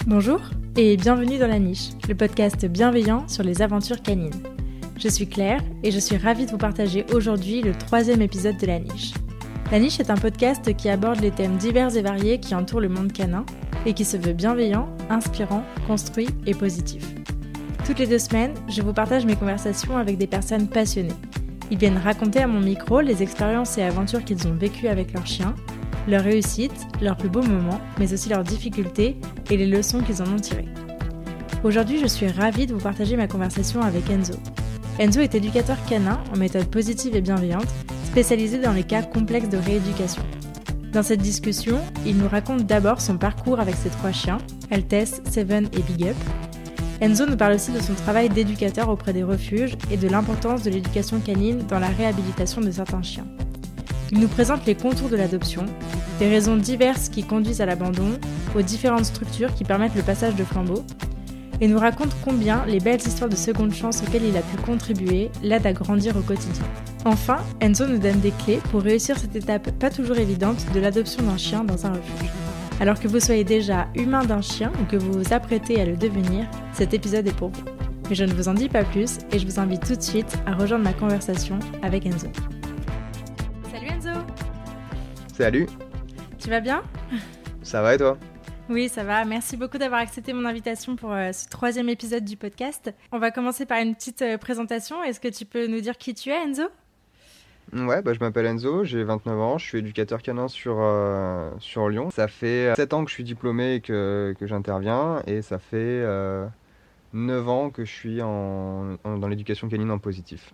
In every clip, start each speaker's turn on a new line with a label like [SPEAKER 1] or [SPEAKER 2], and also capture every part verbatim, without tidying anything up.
[SPEAKER 1] Bonjour et bienvenue dans La Niche, le podcast bienveillant sur les aventures canines. Je suis Claire et je suis ravie de vous partager aujourd'hui le troisième épisode de La Niche. La Niche est un podcast qui aborde les thèmes divers et variés qui entourent le monde canin et qui se veut bienveillant, inspirant, construit et positif. Toutes les deux semaines, je vous partage mes conversations avec des personnes passionnées. Ils viennent raconter à mon micro les expériences et aventures qu'ils ont vécues avec leurs chiens, leurs réussites, leurs plus beaux moments, mais aussi leurs difficultés et les leçons qu'ils en ont tirées. Aujourd'hui, je suis ravie de vous partager ma conversation avec Enzo. Enzo est éducateur canin en méthode positive et bienveillante, spécialisé dans les cas complexes de rééducation. Dans cette discussion, il nous raconte d'abord son parcours avec ses trois chiens, Altesse, Seven et Big Up. Enzo nous parle aussi de son travail d'éducateur auprès des refuges et de l'importance de l'éducation canine dans la réhabilitation de certains chiens. Il nous présente les contours de l'adoption, des raisons diverses qui conduisent à l'abandon, aux différentes structures qui permettent le passage de flambeau, et nous raconte combien les belles histoires de seconde chance auxquelles il a pu contribuer l'aident à grandir au quotidien. Enfin, Enzo nous donne des clés pour réussir cette étape pas toujours évidente de l'adoption d'un chien dans un refuge. Alors que vous soyez déjà humain d'un chien ou que vous vous apprêtez à le devenir, cet épisode est pour vous. Mais je ne vous en dis pas plus et je vous invite tout de suite à rejoindre ma conversation avec Enzo. Salut Enzo!
[SPEAKER 2] Salut!
[SPEAKER 1] Tu vas bien?
[SPEAKER 2] Ça va et toi?
[SPEAKER 1] Oui, ça va. Merci beaucoup d'avoir accepté mon invitation pour euh, ce troisième épisode du podcast. On va commencer par une petite euh, présentation. Est-ce que tu peux nous dire qui tu es, Enzo?
[SPEAKER 2] Ouais, bah, je m'appelle Enzo, j'ai vingt-neuf ans, je suis éducateur canin sur, euh, sur Lyon. Ça fait sept ans que je suis diplômé et que, que j'interviens, et ça fait euh, neuf ans que je suis en, en, dans l'éducation canine en positif.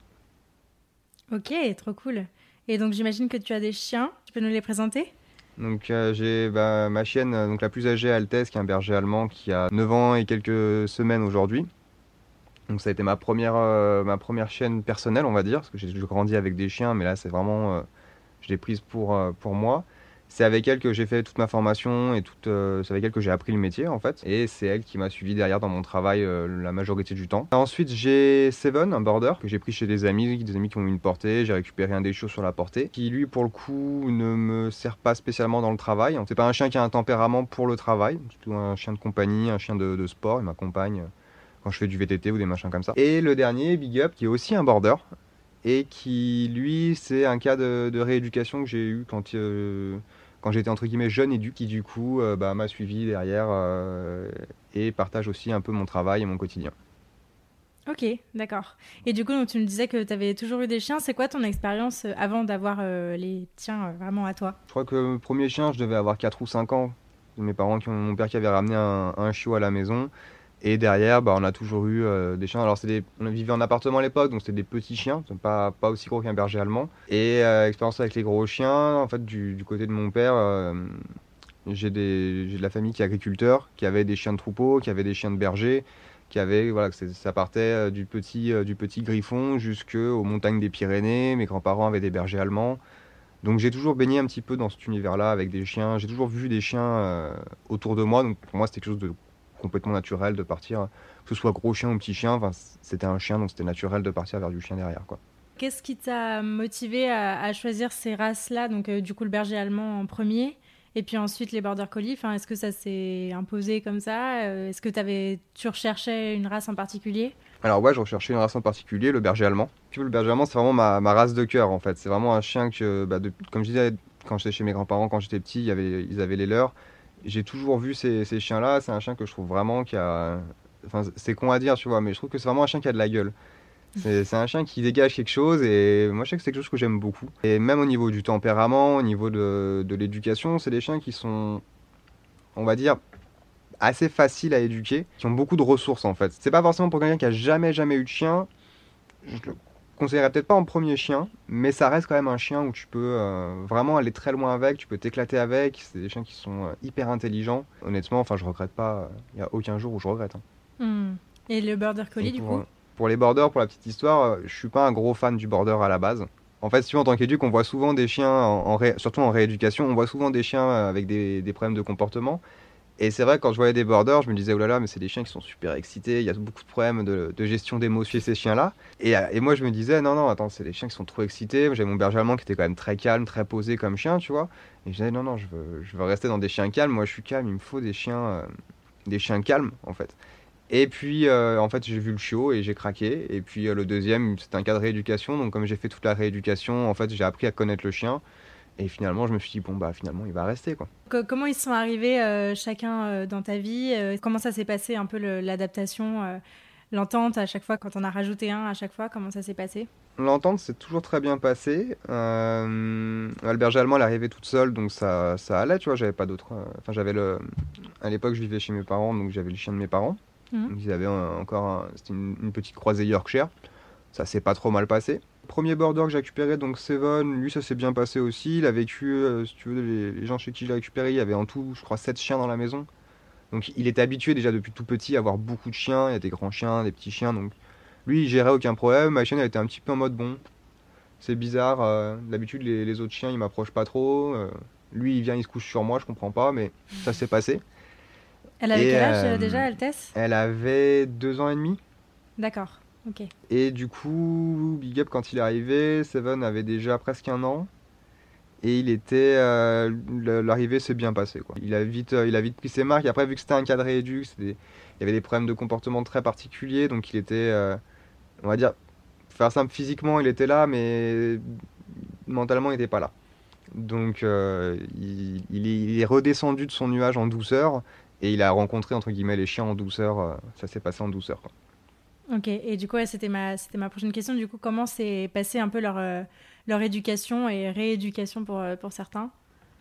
[SPEAKER 1] Ok, trop cool. Et donc j'imagine que tu as des chiens, tu peux nous les présenter?
[SPEAKER 2] Donc euh, j'ai bah, ma chienne donc, la plus âgée, Altesse, qui est un berger allemand qui a neuf ans et quelques semaines aujourd'hui. Donc ça a été ma première, euh, ma première chienne personnelle, on va dire, parce que j'ai grandi avec des chiens, mais là c'est vraiment, euh, je l'ai prise pour, euh, pour moi. C'est avec elle que j'ai fait toute ma formation et toute, euh, c'est avec elle que j'ai appris le métier en fait. Et c'est elle qui m'a suivi derrière dans mon travail euh, la majorité du temps. Ensuite j'ai Seven, un border, que j'ai pris chez des amis, des amis qui ont eu une portée. J'ai récupéré un des chiots sur la portée, qui lui pour le coup ne me sert pas spécialement dans le travail. C'est pas un chien qui a un tempérament pour le travail, c'est plutôt un chien de compagnie, un chien de, de sport, il m'accompagne quand je fais du V T T ou des machins comme ça. Et le dernier, Big Up, qui est aussi un border, et qui, lui, c'est un cas de, de rééducation que j'ai eu quand, euh, quand j'étais entre guillemets jeune éduc, qui du coup euh, bah, m'a suivi derrière euh, et partage aussi un peu mon travail et mon quotidien.
[SPEAKER 1] Ok, d'accord. Et du coup, donc, tu me disais que tu avais toujours eu des chiens. C'est quoi ton expérience avant d'avoir euh, les tiens euh, vraiment à toi?
[SPEAKER 2] Je crois que le premier chien, je devais avoir quatre ou cinq ans. Mes parents, qui ont, mon père qui avait ramené un, un chiot à la maison. Et derrière, bah, on a toujours eu euh, des chiens. Alors, c'est des... on vivait en appartement à l'époque, donc c'était des petits chiens, pas, pas aussi gros qu'un berger allemand. Et euh, expérience avec les gros chiens, en fait, du, du côté de mon père, euh, j'ai, des... j'ai de la famille qui est agriculteur, qui avait des chiens de troupeau, qui avait des chiens de berger, qui avait, voilà, ça partait du petit, euh, du petit Griffon jusqu'aux montagnes des Pyrénées. Mes grands-parents avaient des bergers allemands. Donc j'ai toujours baigné un petit peu dans cet univers-là avec des chiens. J'ai toujours vu des chiens euh, autour de moi, donc pour moi c'était quelque chose de complètement naturel de partir, que ce soit gros chien ou petit chien, enfin, c'était un chien, donc c'était naturel de partir vers du chien derrière, quoi.
[SPEAKER 1] Qu'est-ce qui t'a motivé à, à choisir ces races-là? Donc euh, du coup le berger allemand en premier, et puis ensuite les border collies. Enfin, est-ce que ça s'est imposé comme ça? euh, Est-ce que t'avais, tu recherchais une race en particulier?
[SPEAKER 2] Alors ouais, je recherchais une race en particulier, le berger allemand. Puis le berger allemand, c'est vraiment ma, ma race de cœur, en fait. C'est vraiment un chien que, bah, de, comme je disais, quand j'étais chez mes grands-parents, quand j'étais petit, il y avait, ils avaient les leurs. J'ai toujours vu ces, ces chiens-là. C'est un chien que je trouve vraiment qui a... Enfin, c'est con à dire, tu vois, mais je trouve que c'est vraiment un chien qui a de la gueule. C'est, c'est un chien qui dégage quelque chose, et moi je sais que c'est quelque chose que j'aime beaucoup. Et même au niveau du tempérament, au niveau de, de l'éducation, c'est des chiens qui sont, on va dire, assez faciles à éduquer, qui ont beaucoup de ressources en fait. C'est pas forcément pour quelqu'un qui a jamais jamais eu de chien. Je le conseillerais peut-être pas en premier chien, mais ça reste quand même un chien où tu peux euh, vraiment aller très loin avec, tu peux t'éclater avec. C'est des chiens qui sont euh, hyper intelligents. Honnêtement, enfin je regrette pas, il euh, y a aucun jour où je regrette. Hein.
[SPEAKER 1] Mmh. Et le border collie du
[SPEAKER 2] pour,
[SPEAKER 1] coup?
[SPEAKER 2] euh, Pour les borders, pour la petite histoire, euh, je suis pas un gros fan du border à la base. En fait, si tu vois, en tant qu'éduc, on voit souvent des chiens, en, en ré... surtout en rééducation, on voit souvent des chiens avec des, des problèmes de comportement. Et c'est vrai que quand je voyais des borders, je me disais, oh là là, mais c'est des chiens qui sont super excités, il y a beaucoup de problèmes de, de gestion d'émotions chez ces chiens-là. Et, et moi, je me disais, non, non, attends, c'est des chiens qui sont trop excités. J'avais mon berger allemand qui était quand même très calme, très posé comme chien, tu vois. Et je disais, non, non, je veux, je veux rester dans des chiens calmes. Moi, je suis calme, il me faut des chiens, euh, des chiens calmes en fait. Et puis euh, en fait j'ai vu le chiot et j'ai craqué. Et puis euh, le deuxième c'était un cas de rééducation, donc comme j'ai fait toute la rééducation, en fait j'ai appris à connaître le chien. Et finalement je me suis dit bon bah finalement il va rester quoi.
[SPEAKER 1] Comment ils sont arrivés euh, chacun euh, dans ta vie euh, Comment ça s'est passé un peu le, l'adaptation euh, l'entente à chaque fois quand on a rajouté un à chaque fois, comment ça s'est passé?
[SPEAKER 2] L'entente s'est toujours très bien passée. Euh, le berger allemand elle est arrivée toute seule, donc ça, ça allait, tu vois. J'avais pas d'autre. euh, Enfin, j'avais le. À l'époque, je vivais chez mes parents, donc j'avais le chien de mes parents.
[SPEAKER 1] Mmh.
[SPEAKER 2] Donc ils avaient un- encore. un- C'était une, une petite croisée Yorkshire. Ça s'est pas trop mal passé. Premier border que j'ai récupéré, donc Seven, lui ça s'est bien passé aussi. Il a vécu, euh, si tu veux, les, les gens chez qui je l'ai récupéré, il y avait en tout, je crois, sept chiens dans la maison. Donc il était habitué déjà depuis tout petit à avoir beaucoup de chiens. Il y a des grands chiens, des petits chiens, donc lui il gérait aucun problème. Ma chienne elle était un petit peu en mode bon. C'est bizarre, euh, d'habitude les, les autres chiens ils m'approchent pas trop. euh, lui il vient, il se couche sur moi, je comprends pas, mais ça s'est passé.
[SPEAKER 1] Elle avait
[SPEAKER 2] Et,
[SPEAKER 1] quel âge
[SPEAKER 2] euh,
[SPEAKER 1] euh, déjà, Altesse?
[SPEAKER 2] Elle avait deux ans et demi.
[SPEAKER 1] D'accord, ok.
[SPEAKER 2] Et du coup, Big Up quand il est arrivé, Seven avait déjà presque un an. Et il était, euh, le- l'arrivée s'est bien passée quoi. Il a vite, euh, il a vite pris ses marques. Et après vu que c'était un cadre éduc, c'était- il y avait des problèmes de comportement très particuliers, donc il était, euh, on va dire, faire simple, physiquement il était là, mais mentalement il n'était pas là. Donc euh, il, il est, il est redescendu de son nuage en douceur et il a rencontré entre guillemets les chiens en douceur. euh, ça s'est passé en douceur quoi.
[SPEAKER 1] Ok, et du coup, ouais, c'était ma, c'était ma prochaine question. Du coup, comment s'est passé un peu leur, euh, leur éducation et rééducation pour, euh, pour certains?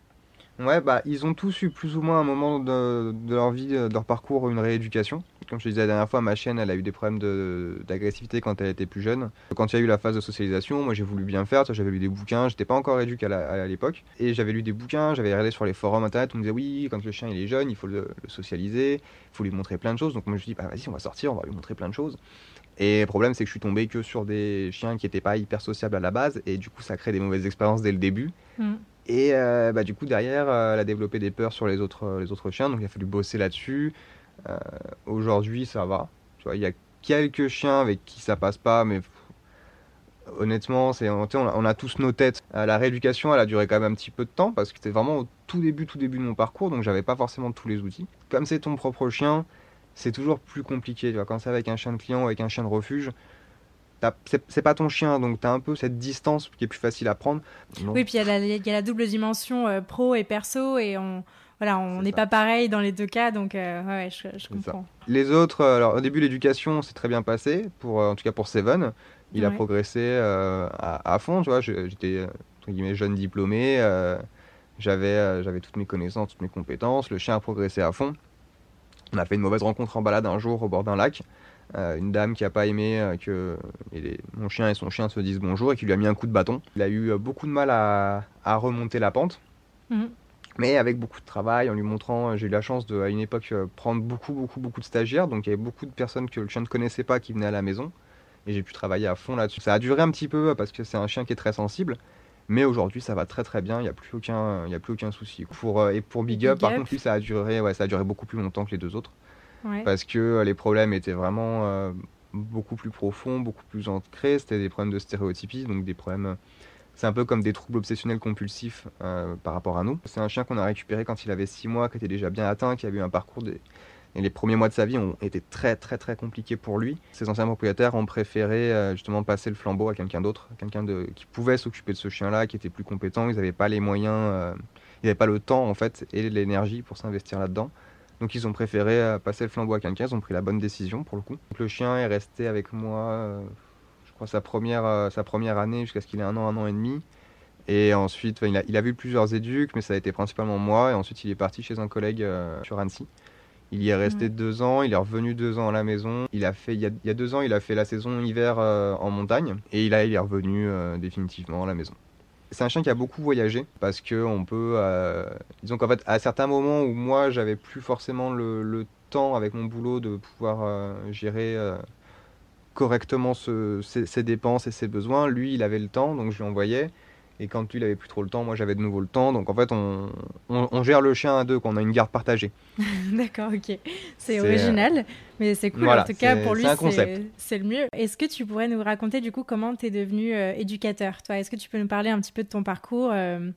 [SPEAKER 2] Ouais, bah, ils ont tous eu plus ou moins un moment de, de leur vie, de leur parcours, une rééducation. Comme je te disais la dernière fois, ma chienne, elle a eu des problèmes de, d'agressivité quand elle était plus jeune. Quand il y a eu la phase de socialisation, moi j'ai voulu bien faire, tu vois, j'avais lu des bouquins, j'étais pas encore éduque à, la- à l'époque. Et j'avais lu des bouquins, j'avais regardé sur les forums internet, on me disait oui, quand le chien il est jeune, il faut le, le socialiser, il faut lui montrer plein de choses. Donc moi je me suis dit, bah vas-y, on va sortir, on va lui montrer plein de choses. Et le problème, c'est que je suis tombé que sur des chiens qui n'étaient pas hyper sociables à la base, et du coup, ça crée des mauvaises expériences dès le début.
[SPEAKER 1] Mm.
[SPEAKER 2] Et euh, bah, du coup, derrière, euh, elle a développé des peurs sur les autres, les autres chiens, donc il a fallu bosser là-dessus. Euh, aujourd'hui, ça va. Tu vois, il y a quelques chiens avec qui ça passe pas, mais pff, honnêtement, c'est, on, a, on a tous nos têtes. Euh, la rééducation, elle a duré quand même un petit peu de temps, parce que c'était vraiment au tout début, tout début de mon parcours, donc j'avais pas forcément tous les outils. Comme c'est ton propre chien, c'est toujours plus compliqué. Tu vois, quand c'est avec un chien de client ou avec un chien de refuge, t'as- c'est, c'est pas ton chien, donc tu as un peu cette distance qui est plus facile à prendre. Donc,
[SPEAKER 1] Oui, puis il y a la, il y a la double dimension euh, pro et perso, et on voilà, on
[SPEAKER 2] C'est
[SPEAKER 1] n'est
[SPEAKER 2] ça.
[SPEAKER 1] pas pareil dans les deux cas, donc euh, ouais, je, je comprends.
[SPEAKER 2] les autres, euh, alors au début, l'éducation s'est très bien passée, pour, euh, en tout cas pour Seven. Il a
[SPEAKER 1] Ouais.
[SPEAKER 2] progressé euh, à, à fond, tu vois. Je- j'étais, euh, entre guillemets, jeune diplômé. euh, j'avais, euh, j'avais toutes mes connaissances, toutes mes compétences. Le chien a progressé à fond. On a fait une mauvaise rencontre en balade un jour au bord d'un lac. Euh, une dame qui n'a pas aimé euh, que et les- mon chien et son chien se disent bonjour et qui lui a mis un coup de bâton. Il a eu euh, beaucoup de mal à, à remonter la pente,
[SPEAKER 1] Mhm.
[SPEAKER 2] mais avec beaucoup de travail, en lui montrant, euh, j'ai eu la chance de, à une époque, euh, prendre beaucoup, beaucoup, beaucoup de stagiaires. Donc il y avait beaucoup de personnes que le chien ne connaissait pas qui venaient à la maison. Et j'ai pu travailler à fond là-dessus. Ça a duré un petit peu euh, parce que c'est un chien qui est très sensible. Mais aujourd'hui, ça va très très bien, il n'y a plus aucun, il y a plus aucun souci. Pour, euh, et pour Big
[SPEAKER 1] Big
[SPEAKER 2] Up, par
[SPEAKER 1] Up.
[SPEAKER 2] contre, lui, ça a duré, ouais, ça a duré beaucoup plus longtemps que les deux autres.
[SPEAKER 1] Ouais.
[SPEAKER 2] Parce que euh, les problèmes étaient vraiment euh, beaucoup plus profonds, beaucoup plus ancrés. C'était des problèmes de stéréotypie, donc des problèmes. euh, C'est un peu comme des troubles obsessionnels compulsifs euh, par rapport à nous. C'est un chien qu'on a récupéré quand il avait six mois, qui était déjà bien atteint, qui avait eu un parcours des. Et les premiers mois de sa vie ont été très très très compliqués pour lui. Ses anciens propriétaires ont préféré euh, justement passer le flambeau à quelqu'un d'autre, quelqu'un de, qui pouvait s'occuper de ce chien-là, qui était plus compétent. Ils n'avaient pas les moyens, euh, ils n'avaient pas le temps en fait et l'énergie pour s'investir là-dedans. Donc ils ont préféré euh, passer le flambeau à quelqu'un. Ils ont pris la bonne décision pour le coup. Donc, le chien est resté avec moi, euh, je crois sa première euh, sa première année jusqu'à ce qu'il ait un an, un an et demi. Et ensuite, enfin, il a, il a vu plusieurs éduques, mais ça a été principalement moi. Et ensuite, il est parti chez un collègue euh, sur Annecy. Il y est resté
[SPEAKER 1] Ouais.
[SPEAKER 2] deux ans, il est revenu deux ans à la maison. Il a fait, il y a, il y a deux ans, il a fait la saison hiver euh, en montagne. Et là, il est revenu euh, définitivement à la maison. C'est un chien qui a beaucoup voyagé parce que on peut, euh, disons qu'en fait, à certains moments où moi, j'avais plus forcément le, le temps avec mon boulot de pouvoir euh, gérer euh, correctement ce- ses, ses dépenses et ses besoins, lui, il avait le temps, donc je lui envoyais. Et quand lui, il avait plus trop le temps, moi, j'avais de nouveau le temps. Donc en fait, on, on, on gère le chien à deux, qu'on a une garde partagée.
[SPEAKER 1] D'accord, ok. C'est
[SPEAKER 2] C'est,
[SPEAKER 1] original, mais c'est cool.
[SPEAKER 2] voilà,
[SPEAKER 1] en tout cas,
[SPEAKER 2] c'est-
[SPEAKER 1] pour lui,
[SPEAKER 2] c'est un
[SPEAKER 1] c'est,
[SPEAKER 2] concept.
[SPEAKER 1] c'est le mieux. Est-ce que tu pourrais nous raconter du coup comment tu es devenu euh, éducateur, toi? Est-ce que tu peux nous parler un petit peu de ton parcours euh,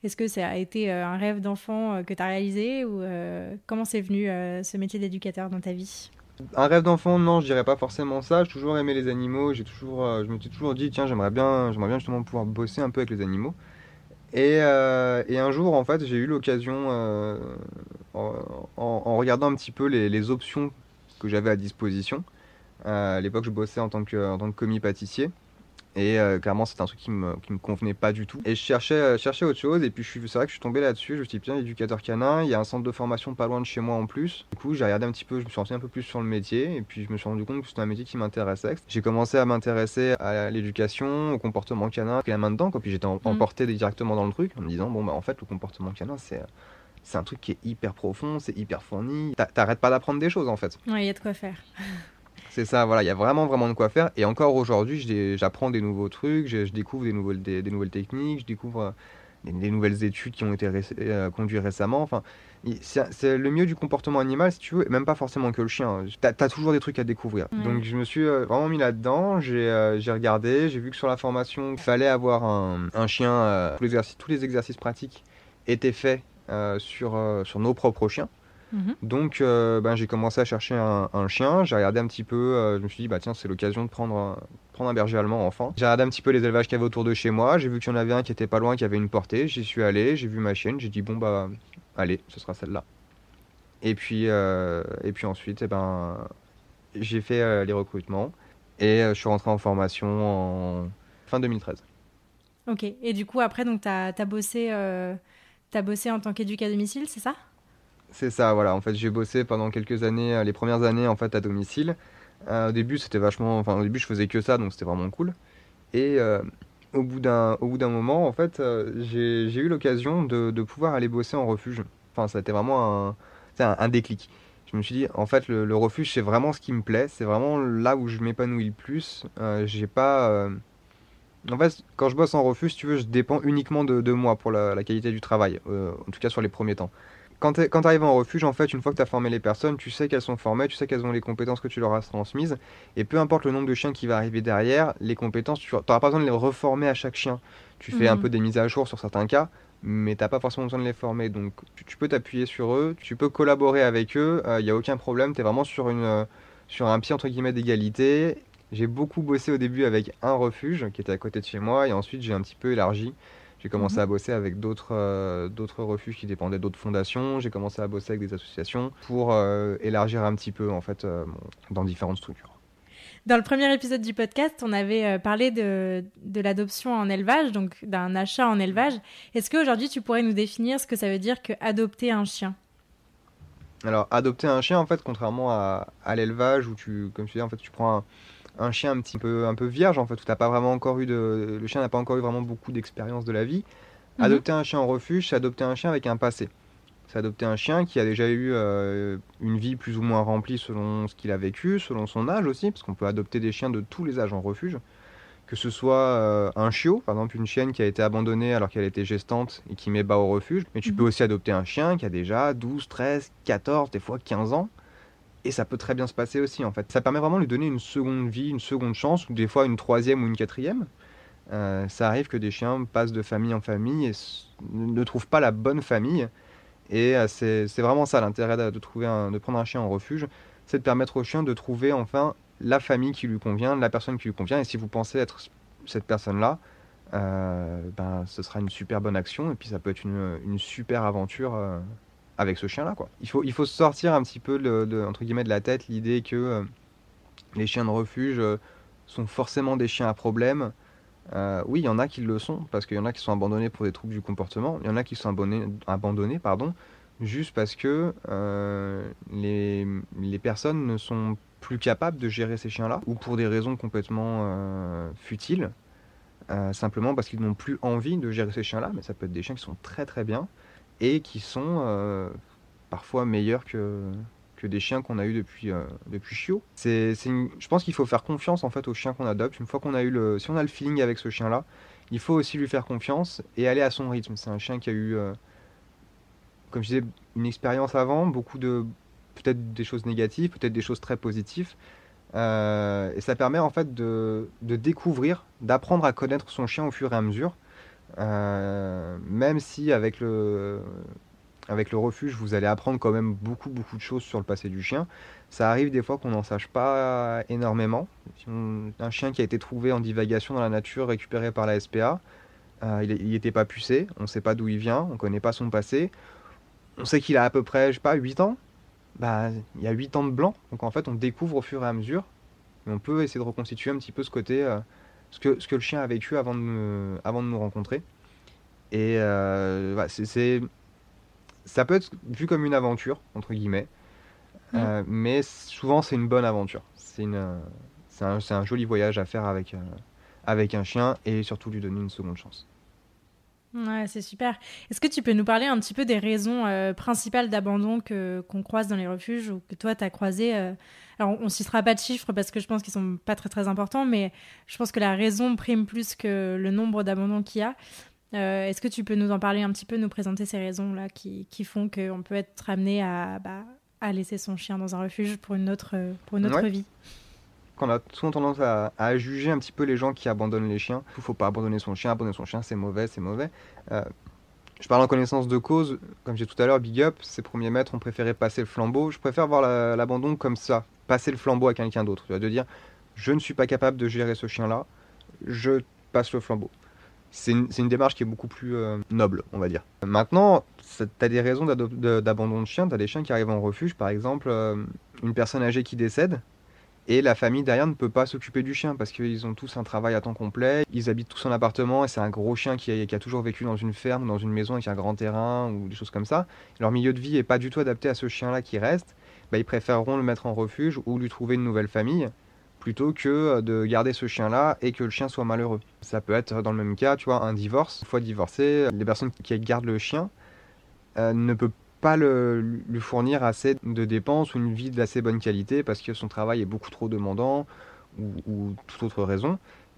[SPEAKER 1] Est-ce que ça a été euh, un rêve d'enfant euh, que tu as réalisé ou euh, comment c'est venu euh, ce métier d'éducateur dans ta vie?
[SPEAKER 2] Un rêve d'enfant, non, je dirais pas forcément ça. J'ai toujours aimé les animaux. J'ai toujours, euh, je me suis toujours dit, tiens, j'aimerais bien, j'aimerais bien justement pouvoir bosser un peu avec les animaux. Et, euh, et un jour, en fait, j'ai eu l'occasion, euh, en, en- en regardant un petit peu les, les options que j'avais à disposition. Euh, à l'époque, je bossais en tant que, en tant que commis pâtissier. Et euh, clairement, c'était un truc qui me, qui me convenait pas du tout. Et je cherchais, euh, cherchais autre chose. Et puis, je suis, c'est vrai que je suis tombé là-dessus. Je me suis dit, tiens, éducateur canin, il y a un centre de formation pas loin de chez moi en plus. Du coup, j'ai regardé un petit peu, je me suis renseigné un peu plus sur le métier. Et puis, je me suis rendu compte que c'était un métier qui m'intéressait. J'ai commencé à m'intéresser à l'éducation, au comportement canin, pris la main dedans, quoi. Puis, j'étais en-
[SPEAKER 1] Mm.
[SPEAKER 2] emporté directement dans le truc en me disant, bon, bah, en fait, le comportement canin, c'est. C'est un truc qui est hyper profond, c'est hyper fourni. T'a- T'arrêtes pas d'apprendre des choses en fait.
[SPEAKER 1] Ouais, il y a de quoi faire.
[SPEAKER 2] C'est ça, voilà, il y a vraiment vraiment de quoi faire. Et encore aujourd'hui, j'ai- j'apprends des nouveaux trucs, je, je découvre des nouvelles, des, des nouvelles techniques, je découvre euh, des, des nouvelles études qui ont été ré- euh, conduites récemment. Enfin, il- c'est c'est le mieux du comportement animal, si tu veux, et même pas forcément que le chien. T'as, t'as toujours des trucs à découvrir.
[SPEAKER 1] Ouais.
[SPEAKER 2] Donc je me suis euh, vraiment mis là-dedans, j'ai euh, j'ai regardé, j'ai vu que sur la formation, il fallait avoir un, un chien, euh, tous, les exercices, tous les exercices pratiques étaient faits euh, sur, euh, sur nos propres chiens.
[SPEAKER 1] Mhm.
[SPEAKER 2] Donc euh, ben, j'ai commencé à chercher un, un chien, j'ai regardé un petit peu, euh, je me suis dit bah tiens c'est l'occasion de prendre un, prendre un berger allemand enfin. J'ai regardé un petit peu les élevages qu'il y avait autour de chez moi, j'ai vu qu'il y en avait un qui était pas loin, qui avait une portée, j'y suis allé, j'ai vu ma chienne, j'ai dit bon bah allez ce sera celle-là. Et puis, euh, et puis ensuite eh ben, j'ai fait euh, les recrutements et euh, je suis rentré en formation en fin deux mille treize.
[SPEAKER 1] Ok. Et du coup, après, donc, tu as bossé, euh, t'as bossé en tant qu'éducateur à domicile, c'est ça?
[SPEAKER 2] C'est ça, voilà. En fait, j'ai bossé pendant quelques années, euh, les premières années en fait à domicile. Euh, au début, c'était vachement, enfin au début, je faisais que ça, donc c'était vraiment cool. Et euh, au bout d'un, au bout d'un moment, en fait, euh, j'ai, j'ai eu l'occasion de, de pouvoir aller bosser en refuge. Enfin, ça a été vraiment un, c'est un, un déclic. Je me suis dit, en fait, le, le refuge, c'est vraiment ce qui me plaît. C'est vraiment là où je m'épanouis le plus. Euh, j'ai pas, euh, En fait, quand je bosse en refuge, si tu veux, je dépends uniquement de, de moi pour la, la qualité du travail, euh, en tout cas sur les premiers temps. Quand tu arrives en refuge, en fait, une fois que tu as formé les personnes, tu sais qu'elles sont formées, tu sais qu'elles ont les compétences que tu leur as transmises, et peu importe le nombre de chiens qui va arriver derrière, les compétences, tu n'auras pas besoin de les reformer à chaque chien. Tu fais un
[SPEAKER 1] Mhm.
[SPEAKER 2] peu des mises à jour sur certains cas, mais t'as pas forcément besoin de les former. Donc tu, tu peux t'appuyer sur eux, tu peux collaborer avec eux, il n'y a aucun problème, tu es vraiment sur, une, euh, sur un pied entre guillemets d'égalité. J'ai beaucoup bossé au début avec un refuge qui était à côté de chez moi, et ensuite j'ai un petit peu élargi. J'ai commencé
[SPEAKER 1] Mhm.
[SPEAKER 2] à bosser avec d'autres euh, d'autres refuges qui dépendaient d'autres fondations. J'ai commencé à bosser avec des associations pour euh, élargir un petit peu en fait euh, dans différentes structures.
[SPEAKER 1] Dans le premier épisode du podcast, on avait euh, parlé de, de l'adoption en élevage, donc d'un achat en élevage. Est-ce qu'aujourd'hui, tu pourrais nous définir ce que ça veut dire que adopter un chien?
[SPEAKER 2] Alors adopter un chien en fait, contrairement à, à l'élevage où tu, comme tu dis en fait, tu prends un, un chien un petit peu un peu vierge en fait, où t'as pas vraiment encore eu de, le chien n'a pas encore eu vraiment beaucoup d'expérience de la vie.
[SPEAKER 1] Mhm.
[SPEAKER 2] Adopter un chien en refuge, c'est adopter un chien avec un passé. C'est adopter un chien qui a déjà eu euh, une vie plus ou moins remplie selon ce qu'il a vécu, selon son âge aussi, parce qu'on peut adopter des chiens de tous les âges en refuge. Que ce soit euh, un chiot, par exemple une chienne qui a été abandonnée alors qu'elle était gestante et qui met bas au refuge. Mais tu peux
[SPEAKER 1] Mhm.
[SPEAKER 2] aussi adopter un chien qui a déjà douze, treize, quatorze, des fois quinze ans. Et ça peut très bien se passer aussi en fait. Ça permet vraiment de lui donner une seconde vie, une seconde chance, ou des fois une troisième ou une quatrième. Euh, ça arrive que des chiens passent de famille en famille et ne trouvent pas la bonne famille. Et euh, c'est c'est vraiment ça l'intérêt de, de trouver un- de prendre un chien en refuge, c'est de permettre au chien de trouver enfin la famille qui lui convient, la personne qui lui convient. Et si vous pensez être cette personne-là, euh, ben, ce sera une super bonne action et puis ça peut être une, une super aventure euh, avec ce chien-là, quoi. Il faut, il faut sortir un petit peu de, de- entre guillemets, de la tête l'idée que euh, les chiens de refuge euh, sont forcément des chiens à problème. Euh, oui, il y en a qui le sont, parce qu'il y en a qui sont abandonnés pour des troubles du comportement, il y en a qui sont abonnés- abandonnés, pardon, juste parce que euh, les, les personnes ne sont plus capables de gérer ces chiens-là, ou pour des raisons complètement euh, futiles, euh, simplement parce qu'ils n'ont plus envie de gérer ces chiens-là, mais ça peut être des chiens qui sont très très bien, et qui sont euh, parfois meilleurs que, que des chiens qu'on a eu depuis, euh, depuis chiot. C'est, c'est une- Je pense qu'il faut faire confiance en fait aux chiens qu'on adopte. Une fois qu'on a eu le, si on a le feeling avec ce chien-là, il faut aussi lui faire confiance et aller à son rythme. C'est un chien qui a eu, euh, comme je disais, une expérience avant, beaucoup de, peut-être des choses négatives, peut-être des choses très positives. Euh, et ça permet en fait de, de découvrir, d'apprendre à connaître son chien au fur et à mesure. Euh, même si avec le, avec le refuge, vous allez apprendre quand même beaucoup, beaucoup de choses sur le passé du chien. Ça arrive des fois qu'on n'en sache pas énormément. Si on- un chien qui a été trouvé en divagation dans la nature, récupéré par la S P A, euh, il n'était pas pucé, on ne sait pas d'où il vient, on ne connaît pas son passé. On sait qu'il a à peu près, je sais pas, huit ans. Bah, il y a huit ans de blanc. Donc en fait, on découvre au fur et à mesure. Et on peut essayer de reconstituer un petit peu ce côté, euh, ce que, ce que le chien a vécu avant de, me- avant de nous rencontrer. Et euh, voilà, c'est, c'est- ça peut être vu comme une aventure, entre guillemets.
[SPEAKER 1] Mm.
[SPEAKER 2] Euh, mais souvent, c'est une bonne aventure. C'est une, euh, c'est un, c'est un joli voyage à faire avec, euh, avec un chien et surtout lui donner une seconde chance.
[SPEAKER 1] Ouais, c'est super. Est-ce que tu peux nous parler un petit peu des raisons euh, principales d'abandon que, qu'on croise dans les refuges ou que toi, tu as croisé euh, Alors, on ne citera pas de chiffres parce que je pense qu'ils ne sont pas très, très importants, mais je pense que la raison prime plus que le nombre d'abandons qu'il y a. Euh, est-ce que tu peux nous en parler un petit peu, nous présenter ces raisons-là qui, qui font qu'on peut être amené à, bah, à laisser son chien dans un refuge pour une autre, pour une autre
[SPEAKER 2] Ouais.
[SPEAKER 1] vie?
[SPEAKER 2] Qu'on a souvent tendance à, à juger un petit peu les gens qui abandonnent les chiens. Il faut pas abandonner son chien, abandonner son chien, c'est mauvais, c'est mauvais. Euh, je parle en connaissance de cause, comme j'ai tout à l'heure, Big Up, ses premiers maîtres ont préféré passer le flambeau. Je préfère voir la- l'abandon comme ça, passer le flambeau à quelqu'un d'autre. Tu vois, de dire, je ne suis pas capable de gérer ce chien-là, je passe le flambeau. C'est une, c'est une démarche qui est beaucoup plus euh, noble, on va dire. Maintenant, tu as des raisons d'ado- de- d'abandon de chien, tu as des chiens qui arrivent en refuge, par exemple, euh, une personne âgée qui décède, et la famille derrière ne peut pas s'occuper du chien parce qu'ils ont tous un travail à temps complet. Ils habitent tous en appartement et c'est un gros chien qui a, qui a toujours vécu dans une ferme, dans une maison avec un grand terrain ou des choses comme ça. Leur milieu de vie n'est pas du tout adapté à ce chien-là qui reste. Bah, ils préféreront le mettre en refuge ou lui trouver une nouvelle famille plutôt que de garder ce chien-là et que le chien soit malheureux. Ça peut être dans le même cas, tu vois, un divorce. Une fois divorcé, les personnes qui gardent le chien euh, ne peuvent pas le, lui fournir assez de dépenses ou une vie d'assez bonne qualité parce que son travail est beaucoup trop demandant ou, ou toute autre raison.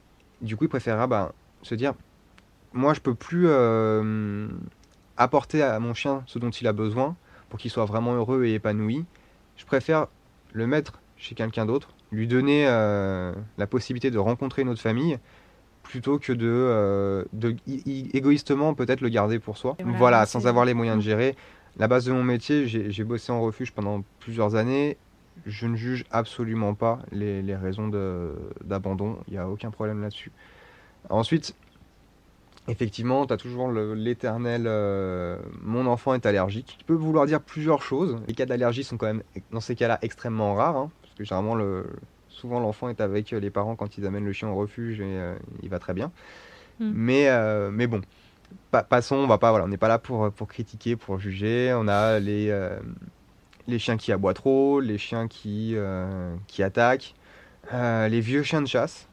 [SPEAKER 2] Du coup, il préférera bah, se dire, moi je peux plus euh, apporter à mon chien ce dont il a besoin pour qu'il soit vraiment heureux et épanoui. Je préfère le mettre chez quelqu'un d'autre, lui donner euh, la possibilité de rencontrer une autre famille plutôt que de, euh, de i- i- égoïstement peut-être le garder pour soi.
[SPEAKER 1] Et voilà,
[SPEAKER 2] Voilà, sans
[SPEAKER 1] avancer.
[SPEAKER 2] avoir les moyens de
[SPEAKER 1] Mm.
[SPEAKER 2] gérer. La base de mon métier, j'ai j'ai bossé en refuge pendant plusieurs années. Je ne juge absolument pas les, les raisons de- d'abandon. Il n'y a aucun problème là-dessus. Ensuite, effectivement, tu as toujours le- l'éternel euh, mon enfant est allergique, qui peut vouloir dire plusieurs choses. Les cas d'allergie sont quand même, dans ces cas-là, extrêmement rares, hein, parce que généralement, le, souvent l'enfant est avec les parents quand ils amènent le chien au refuge et euh, il va très bien.
[SPEAKER 1] Mm.
[SPEAKER 2] Mais, euh, mais bon, pa- passons, on va pas, voilà, on n'est pas là pour, pour critiquer, pour juger. On a les, euh, les chiens qui aboient trop, les chiens qui, euh, qui attaquent, euh, les vieux chiens de chasse.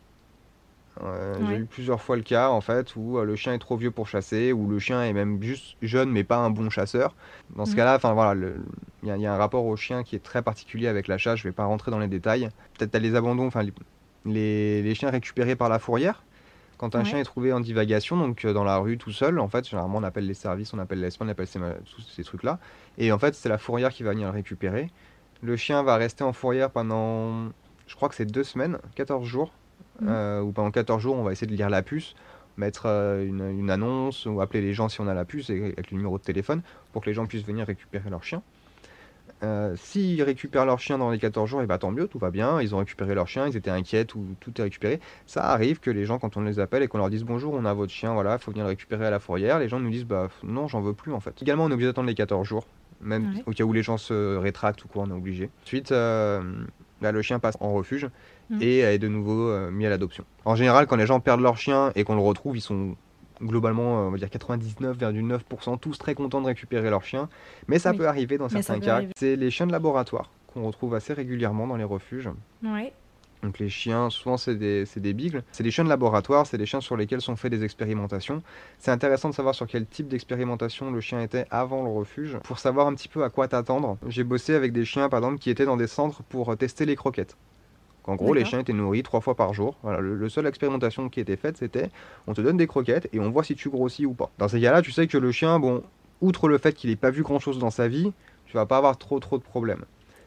[SPEAKER 2] Euh, j'ai
[SPEAKER 1] Ouais.
[SPEAKER 2] eu plusieurs fois le cas en fait où euh, le chien est trop vieux pour chasser, ou le chien est même juste jeune mais pas un bon chasseur. Dans ce
[SPEAKER 1] Mm.
[SPEAKER 2] cas-là, enfin voilà, le- il y, a- il y a un rapport au chien qui est très particulier avec la chasse. Je vais pas rentrer dans les détails. Peut-être t'as les abandons, enfin les, les, les chiens récupérés par la fourrière. Quand un
[SPEAKER 1] Ouais.
[SPEAKER 2] chien est trouvé en divagation, donc euh, dans la rue tout seul, en fait, généralement on appelle les services, on appelle l'E S P A, on appelle ces, ma- tous ces trucs-là. Et en fait, c'est la fourrière qui va venir le récupérer. Le chien va rester en fourrière pendant, je crois que c'est deux semaines, quatorze jours.
[SPEAKER 1] Mm.
[SPEAKER 2] Euh, où pendant quatorze jours, on va essayer de lire la puce, mettre euh, une, une annonce ou appeler les gens si on a la puce et, avec le numéro de téléphone pour que les gens puissent venir récupérer leur chien. Euh, S'ils récupèrent leur chien dans les quatorze jours, et bah tant mieux, tout va bien, ils ont récupéré leur chien, ils étaient inquiets, tout, tout est récupéré. Ça arrive que les gens, quand on les appelle et qu'on leur dise bonjour, on a votre chien, voilà, il faut venir le récupérer à la fourrière, les gens nous disent bah non, j'en veux plus en fait. Également, on est obligé d'attendre les quatorze jours, même
[SPEAKER 1] Ouais.
[SPEAKER 2] au cas où les gens se rétractent ou quoi, on est obligé. Ensuite, euh, là, le chien passe en refuge
[SPEAKER 1] Mm.
[SPEAKER 2] et est de nouveau euh, mis à l'adoption. En général, quand les gens perdent leur chien et qu'on le retrouve, ils sont globalement, euh, on va dire quatre-vingt-dix-neuf virgule neuf pour cent tous très contents de récupérer leur chien. Mais ça
[SPEAKER 1] Oui.
[SPEAKER 2] peut arriver dans
[SPEAKER 1] Mais ça
[SPEAKER 2] certains
[SPEAKER 1] peut
[SPEAKER 2] cas.
[SPEAKER 1] arriver.
[SPEAKER 2] C'est les chiens de laboratoire qu'on retrouve assez régulièrement dans les refuges.
[SPEAKER 1] Ouais.
[SPEAKER 2] Donc les chiens, souvent c'est des, c'est des beagles. C'est des chiens de laboratoire, c'est des chiens sur lesquels sont faites des expérimentations. C'est intéressant de savoir sur quel type d'expérimentation le chien était avant le refuge, pour savoir un petit peu à quoi t'attendre. J'ai bossé avec des chiens, par exemple, qui étaient dans des centres pour tester les croquettes. En gros, les
[SPEAKER 1] D'accord.
[SPEAKER 2] chiens étaient nourris trois fois par jour. Voilà, le, le seul expérimentation qui était faite, c'était on te donne des croquettes et on voit si tu grossis ou pas. Dans ces cas-là, tu sais que le chien, bon, outre le fait qu'il n'ait pas vu grand-chose dans sa vie, tu vas pas avoir trop trop de problèmes.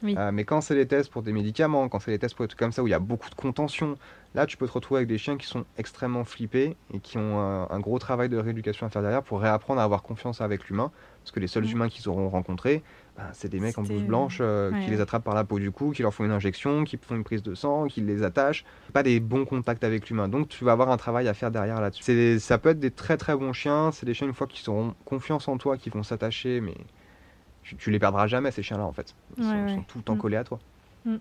[SPEAKER 1] Oui.
[SPEAKER 2] Euh, mais quand c'est les tests pour des médicaments, quand c'est les tests pour des trucs comme ça où il y a beaucoup de contention, là tu peux te retrouver avec des chiens qui sont extrêmement flippés et qui ont un, un gros travail de rééducation à faire derrière pour réapprendre à avoir confiance avec l'humain. Parce que les seuls
[SPEAKER 1] Mm.
[SPEAKER 2] humains qu'ils auront rencontrés, ben, c'est des mecs en
[SPEAKER 1] C'était,
[SPEAKER 2] blouse blanche euh,
[SPEAKER 1] ouais,
[SPEAKER 2] qui
[SPEAKER 1] ouais.
[SPEAKER 2] les attrapent par la peau du cou, qui leur font une injection, qui font une prise de sang, qui les attachent. Pas des bons contacts avec l'humain. Donc tu vas avoir un travail à faire derrière là-dessus. C'est, ça peut être des très très bons chiens. C'est des chiens une fois qu'ils auront confiance en toi, qui vont s'attacher, mais tu, tu les perdras jamais ces chiens-là en fait. Ils
[SPEAKER 1] Ouais,
[SPEAKER 2] sont,
[SPEAKER 1] ouais.
[SPEAKER 2] sont tout le temps
[SPEAKER 1] Mm.
[SPEAKER 2] collés à toi.
[SPEAKER 1] Mm.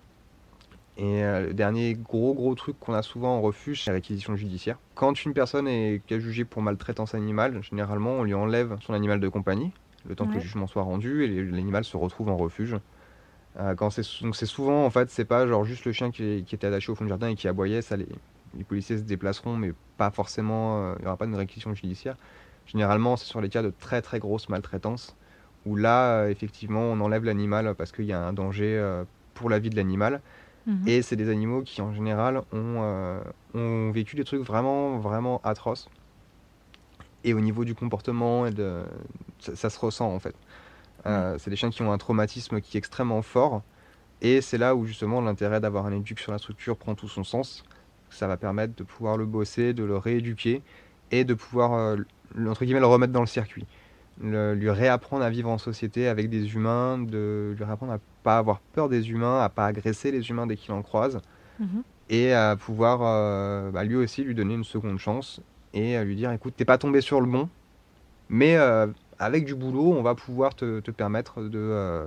[SPEAKER 2] Et euh, le dernier gros gros truc qu'on a souvent en refuge, c'est la réquisition judiciaire. Quand une personne est, est jugée pour maltraitance animale, généralement on lui enlève son animal de compagnie, le temps que
[SPEAKER 1] Ouais.
[SPEAKER 2] le jugement soit rendu, et l'animal se retrouve en refuge. Euh, quand c'est, donc c'est souvent en fait, c'est pas genre juste le chien qui, est- qui était attaché au fond du jardin et qui aboyait, ça les, les policiers se déplaceront, mais pas forcément, euh, il n'y aura pas de réquisition judiciaire. Généralement c'est sur les cas de très très grosses maltraitances, où là euh, effectivement on enlève l'animal parce qu'il y a un danger euh, pour la vie de l'animal.
[SPEAKER 1] Mhm.
[SPEAKER 2] Et c'est des animaux qui, en général, ont, euh, ont vécu des trucs vraiment, vraiment atroces. Et au niveau du comportement, et de, ça, ça se ressent, en fait. Euh, c'est des chiens qui ont un traumatisme qui est extrêmement fort. Et c'est là où, justement, l'intérêt d'avoir un éduc sur la structure prend tout son sens. Ça va permettre de pouvoir le bosser, de le rééduquer, et de pouvoir, euh, le- entre guillemets, le remettre dans le circuit. Le- lui réapprendre à vivre en société avec des humains, de lui réapprendre à pas avoir peur des humains, à pas agresser les humains dès qu'il en croise,
[SPEAKER 1] Mhm.
[SPEAKER 2] et à pouvoir euh, bah, lui aussi lui donner une seconde chance et à lui dire écoute, t'es pas tombé sur le bon, mais euh, avec du boulot, on va pouvoir te, te permettre de, euh,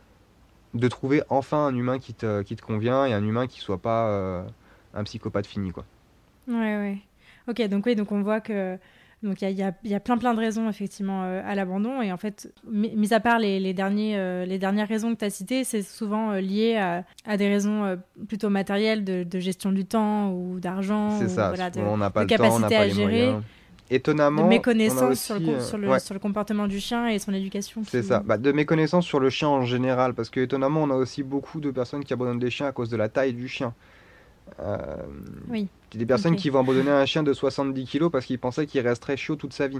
[SPEAKER 2] de trouver enfin un humain qui te, qui te convient et un humain qui soit pas euh, un psychopathe fini, quoi.
[SPEAKER 1] Ouais, ouais. Ok, donc oui, donc on voit que donc il y a, il y a- il y a plein plein de raisons effectivement euh, à l'abandon et en fait, mi- mis à part les, les derniers euh, les dernières raisons que tu as citées, c'est souvent euh, lié à, à des raisons euh, plutôt matérielles de, de gestion du temps ou d'argent
[SPEAKER 2] C'est
[SPEAKER 1] ou
[SPEAKER 2] ça,
[SPEAKER 1] voilà de,
[SPEAKER 2] souvent on n'a pas
[SPEAKER 1] de
[SPEAKER 2] le temps, on n'a
[SPEAKER 1] capacité
[SPEAKER 2] pas
[SPEAKER 1] à
[SPEAKER 2] les
[SPEAKER 1] gérer,
[SPEAKER 2] moyens.
[SPEAKER 1] de
[SPEAKER 2] Étonnamment, on a
[SPEAKER 1] méconnaissance sur le
[SPEAKER 2] aussi...
[SPEAKER 1] com-
[SPEAKER 2] euh,
[SPEAKER 1] sur le
[SPEAKER 2] ouais.
[SPEAKER 1] sur le comportement du chien et son éducation
[SPEAKER 2] C'est
[SPEAKER 1] qui
[SPEAKER 2] ça, bah, de méconnaissance sur le chien en général, parce que étonnamment, on a aussi beaucoup de personnes qui abandonnent des chiens à cause de la taille du chien. Euh,
[SPEAKER 1] oui,
[SPEAKER 2] Il y a des personnes
[SPEAKER 1] ok.
[SPEAKER 2] qui vont abandonner un chien de soixante-dix kilos parce qu'ils pensaient qu'il resterait chiot toute sa vie.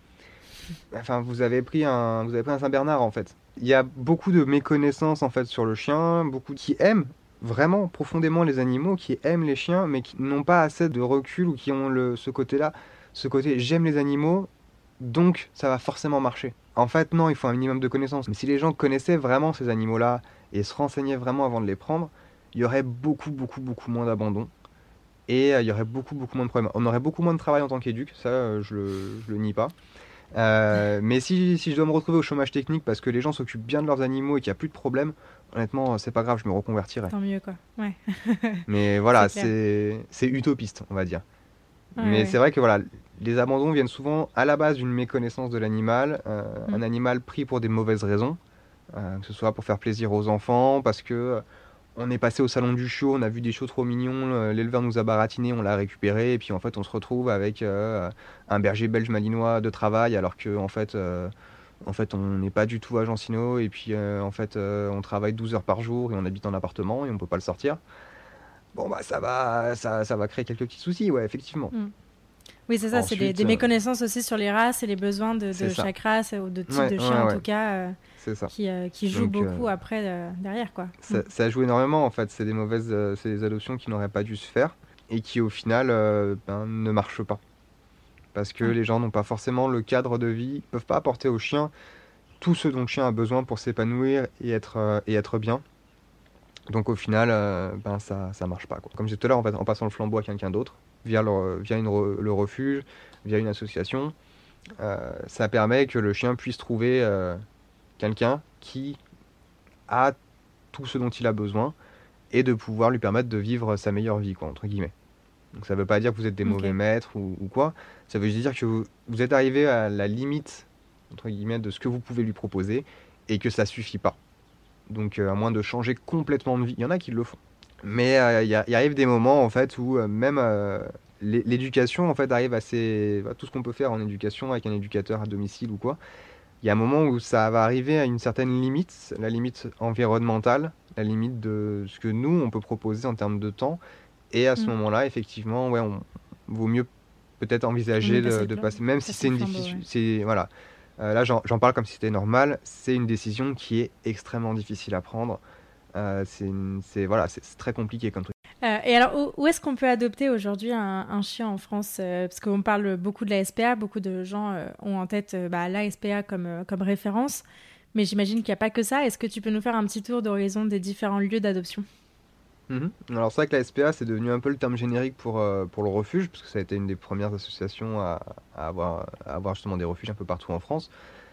[SPEAKER 2] Enfin, vous avez pris un, vous avez pris un Saint-Bernard en fait. Il y a beaucoup de méconnaissance en fait sur le chien, beaucoup qui aiment vraiment profondément les animaux, qui aiment les chiens, mais qui n'ont pas assez de recul ou qui ont le, ce côté-là, ce côté j'aime les animaux, donc ça va forcément marcher. En fait, non, il faut un minimum de connaissances. Mais si les gens connaissaient vraiment ces animaux-là et se renseignaient vraiment avant de les prendre, il y aurait beaucoup, beaucoup, beaucoup moins d'abandon. Et euh, il y aurait beaucoup, beaucoup moins de problèmes. On aurait beaucoup moins de travail en tant qu'éduc, ça, euh, je le, je le nie pas. Euh, mais si, si je dois me retrouver au chômage technique parce que les gens s'occupent bien de leurs animaux et qu'il n'y a plus de problème, honnêtement, c'est pas grave, je me reconvertirai.
[SPEAKER 1] Tant mieux quoi. Ouais.
[SPEAKER 2] Mais voilà,
[SPEAKER 1] C'est clair.
[SPEAKER 2] c'est c'est utopiste, on va dire.
[SPEAKER 1] Ouais,
[SPEAKER 2] Mais
[SPEAKER 1] ouais.
[SPEAKER 2] c'est vrai que voilà, les abandons viennent souvent à la base d'une méconnaissance de l'animal, euh,
[SPEAKER 1] Mm.
[SPEAKER 2] un animal pris pour des mauvaises raisons, euh, que ce soit pour faire plaisir aux enfants, parce que euh, on est passé au salon du chiot, on a vu des chiots trop mignons, euh, l'éleveur nous a baratiné, on l'a récupéré, et puis en fait on se retrouve avec euh, un berger belge malinois de travail, alors que en fait, euh, en fait on n'est pas du tout à Gensino, et puis euh, en fait euh, on travaille douze heures par jour et on habite en appartement et on peut pas le sortir. Bon bah ça va, ça, ça va créer quelques petits soucis, ouais, effectivement.
[SPEAKER 1] Mm. Oui, c'est ça, c'est des,
[SPEAKER 2] Ensuite,
[SPEAKER 1] des
[SPEAKER 2] euh,
[SPEAKER 1] méconnaissances aussi sur les races et les besoins de,
[SPEAKER 2] c'est
[SPEAKER 1] de
[SPEAKER 2] ça.
[SPEAKER 1] chaque race ou de type
[SPEAKER 2] Ouais,
[SPEAKER 1] de chien
[SPEAKER 2] ouais,
[SPEAKER 1] en
[SPEAKER 2] ouais.
[SPEAKER 1] tout cas, euh,
[SPEAKER 2] C'est ça.
[SPEAKER 1] qui, euh, qui jouent
[SPEAKER 2] Donc, euh,
[SPEAKER 1] beaucoup après euh, derrière quoi.
[SPEAKER 2] Ça, ça joue énormément en fait, c'est des mauvaises, euh, c'est des adoptions qui n'auraient pas dû se faire et qui au final euh, ben, ne marchent pas. Parce que
[SPEAKER 1] Ouais.
[SPEAKER 2] les gens n'ont pas forcément le cadre de vie, ils peuvent pas apporter au chien tout ce dont le chien a besoin pour s'épanouir et être, euh, et être bien. Donc au final, euh, ben, ça ça marche pas, quoi. Comme je disais tout à l'heure, en, fait, en passant le flambeau à quelqu'un d'autre, via, le, via une re- le refuge, via une association, euh, ça permet que le chien puisse trouver euh, quelqu'un qui a tout ce dont il a besoin et de pouvoir lui permettre de vivre sa meilleure vie, quoi, entre guillemets. Donc ça veut pas dire que vous êtes des
[SPEAKER 1] Ok.
[SPEAKER 2] mauvais maîtres ou, ou quoi, ça veut juste dire que vous, vous êtes arrivé à la limite, entre guillemets, de ce que vous pouvez lui proposer et que ça suffit pas. Donc euh, à moins de changer complètement de vie, il y en a qui le font. Mais euh, il y, a- il arrive des moments en fait où euh, même euh, l'é- l'éducation en fait arrive à ses... à tout ce qu'on peut faire en éducation avec un éducateur à domicile ou quoi. Il y a un moment où ça va arriver à une certaine limite, la limite environnementale, la limite de ce que nous on peut proposer en termes de temps. Et à ce
[SPEAKER 1] Mm.
[SPEAKER 2] moment-là, effectivement, ouais, on vaut mieux peut-être
[SPEAKER 1] Vaut
[SPEAKER 2] envisager
[SPEAKER 1] mieux
[SPEAKER 2] de,
[SPEAKER 1] passer le
[SPEAKER 2] de
[SPEAKER 1] flam-
[SPEAKER 2] passer, même si
[SPEAKER 1] passer
[SPEAKER 2] c'est
[SPEAKER 1] le
[SPEAKER 2] une
[SPEAKER 1] flambeau,
[SPEAKER 2] difficile,
[SPEAKER 1] ouais.
[SPEAKER 2] c'est voilà. Euh, là, j'en j'en parle comme si c'était normal. C'est une décision qui est extrêmement difficile à prendre. Euh, c'est, une, c'est, voilà, c'est, c'est très compliqué comme truc.
[SPEAKER 1] Euh, et alors, où, où est-ce qu'on peut adopter aujourd'hui un, un chien en France euh, parce qu'on parle beaucoup de la S P A, beaucoup de gens euh, ont en tête euh, bah, la S P A comme, euh, comme référence, mais j'imagine qu'il n'y a pas que ça. Est-ce que tu peux nous faire un petit tour d'horizon des différents lieux d'adoption ?
[SPEAKER 2] Mmh. Alors c'est vrai que la S P A c'est devenu un peu le terme générique pour, euh, pour le refuge, parce que ça a été une des premières associations à, à avoir, à avoir justement des refuges un peu partout en France.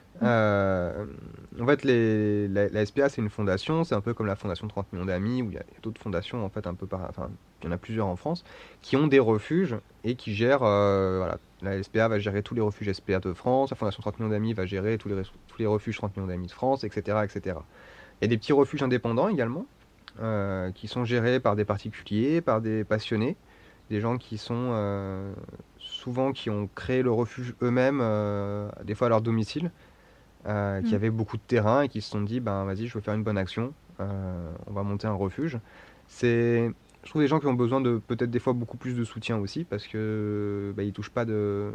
[SPEAKER 2] Euh, en fait, les, la, la S P A c'est une fondation, c'est un peu comme la fondation trente millions d'amis, où il y a, il y a d'autres fondations en fait un peu par, enfin il y en a plusieurs en France, qui ont des refuges et qui gèrent, euh, voilà, la S P A va gérer tous les refuges S P A de France, la fondation trente millions d'amis va gérer tous les, tous les refuges trente millions d'amis de France, et cetera, et cetera. Il y a des petits refuges indépendants également, euh, qui sont gérés par des particuliers, par des passionnés, des gens qui sont euh, souvent qui ont créé le refuge eux-mêmes, euh, des fois à leur domicile, euh, qui
[SPEAKER 1] Mm.
[SPEAKER 2] avaient beaucoup de terrain et qui se sont dit ben vas-y, je veux faire une bonne action, euh, on va monter un refuge. C'est, je trouve, des gens qui ont besoin de peut-être des fois beaucoup plus de soutien aussi, parce que bah, ils touchent pas de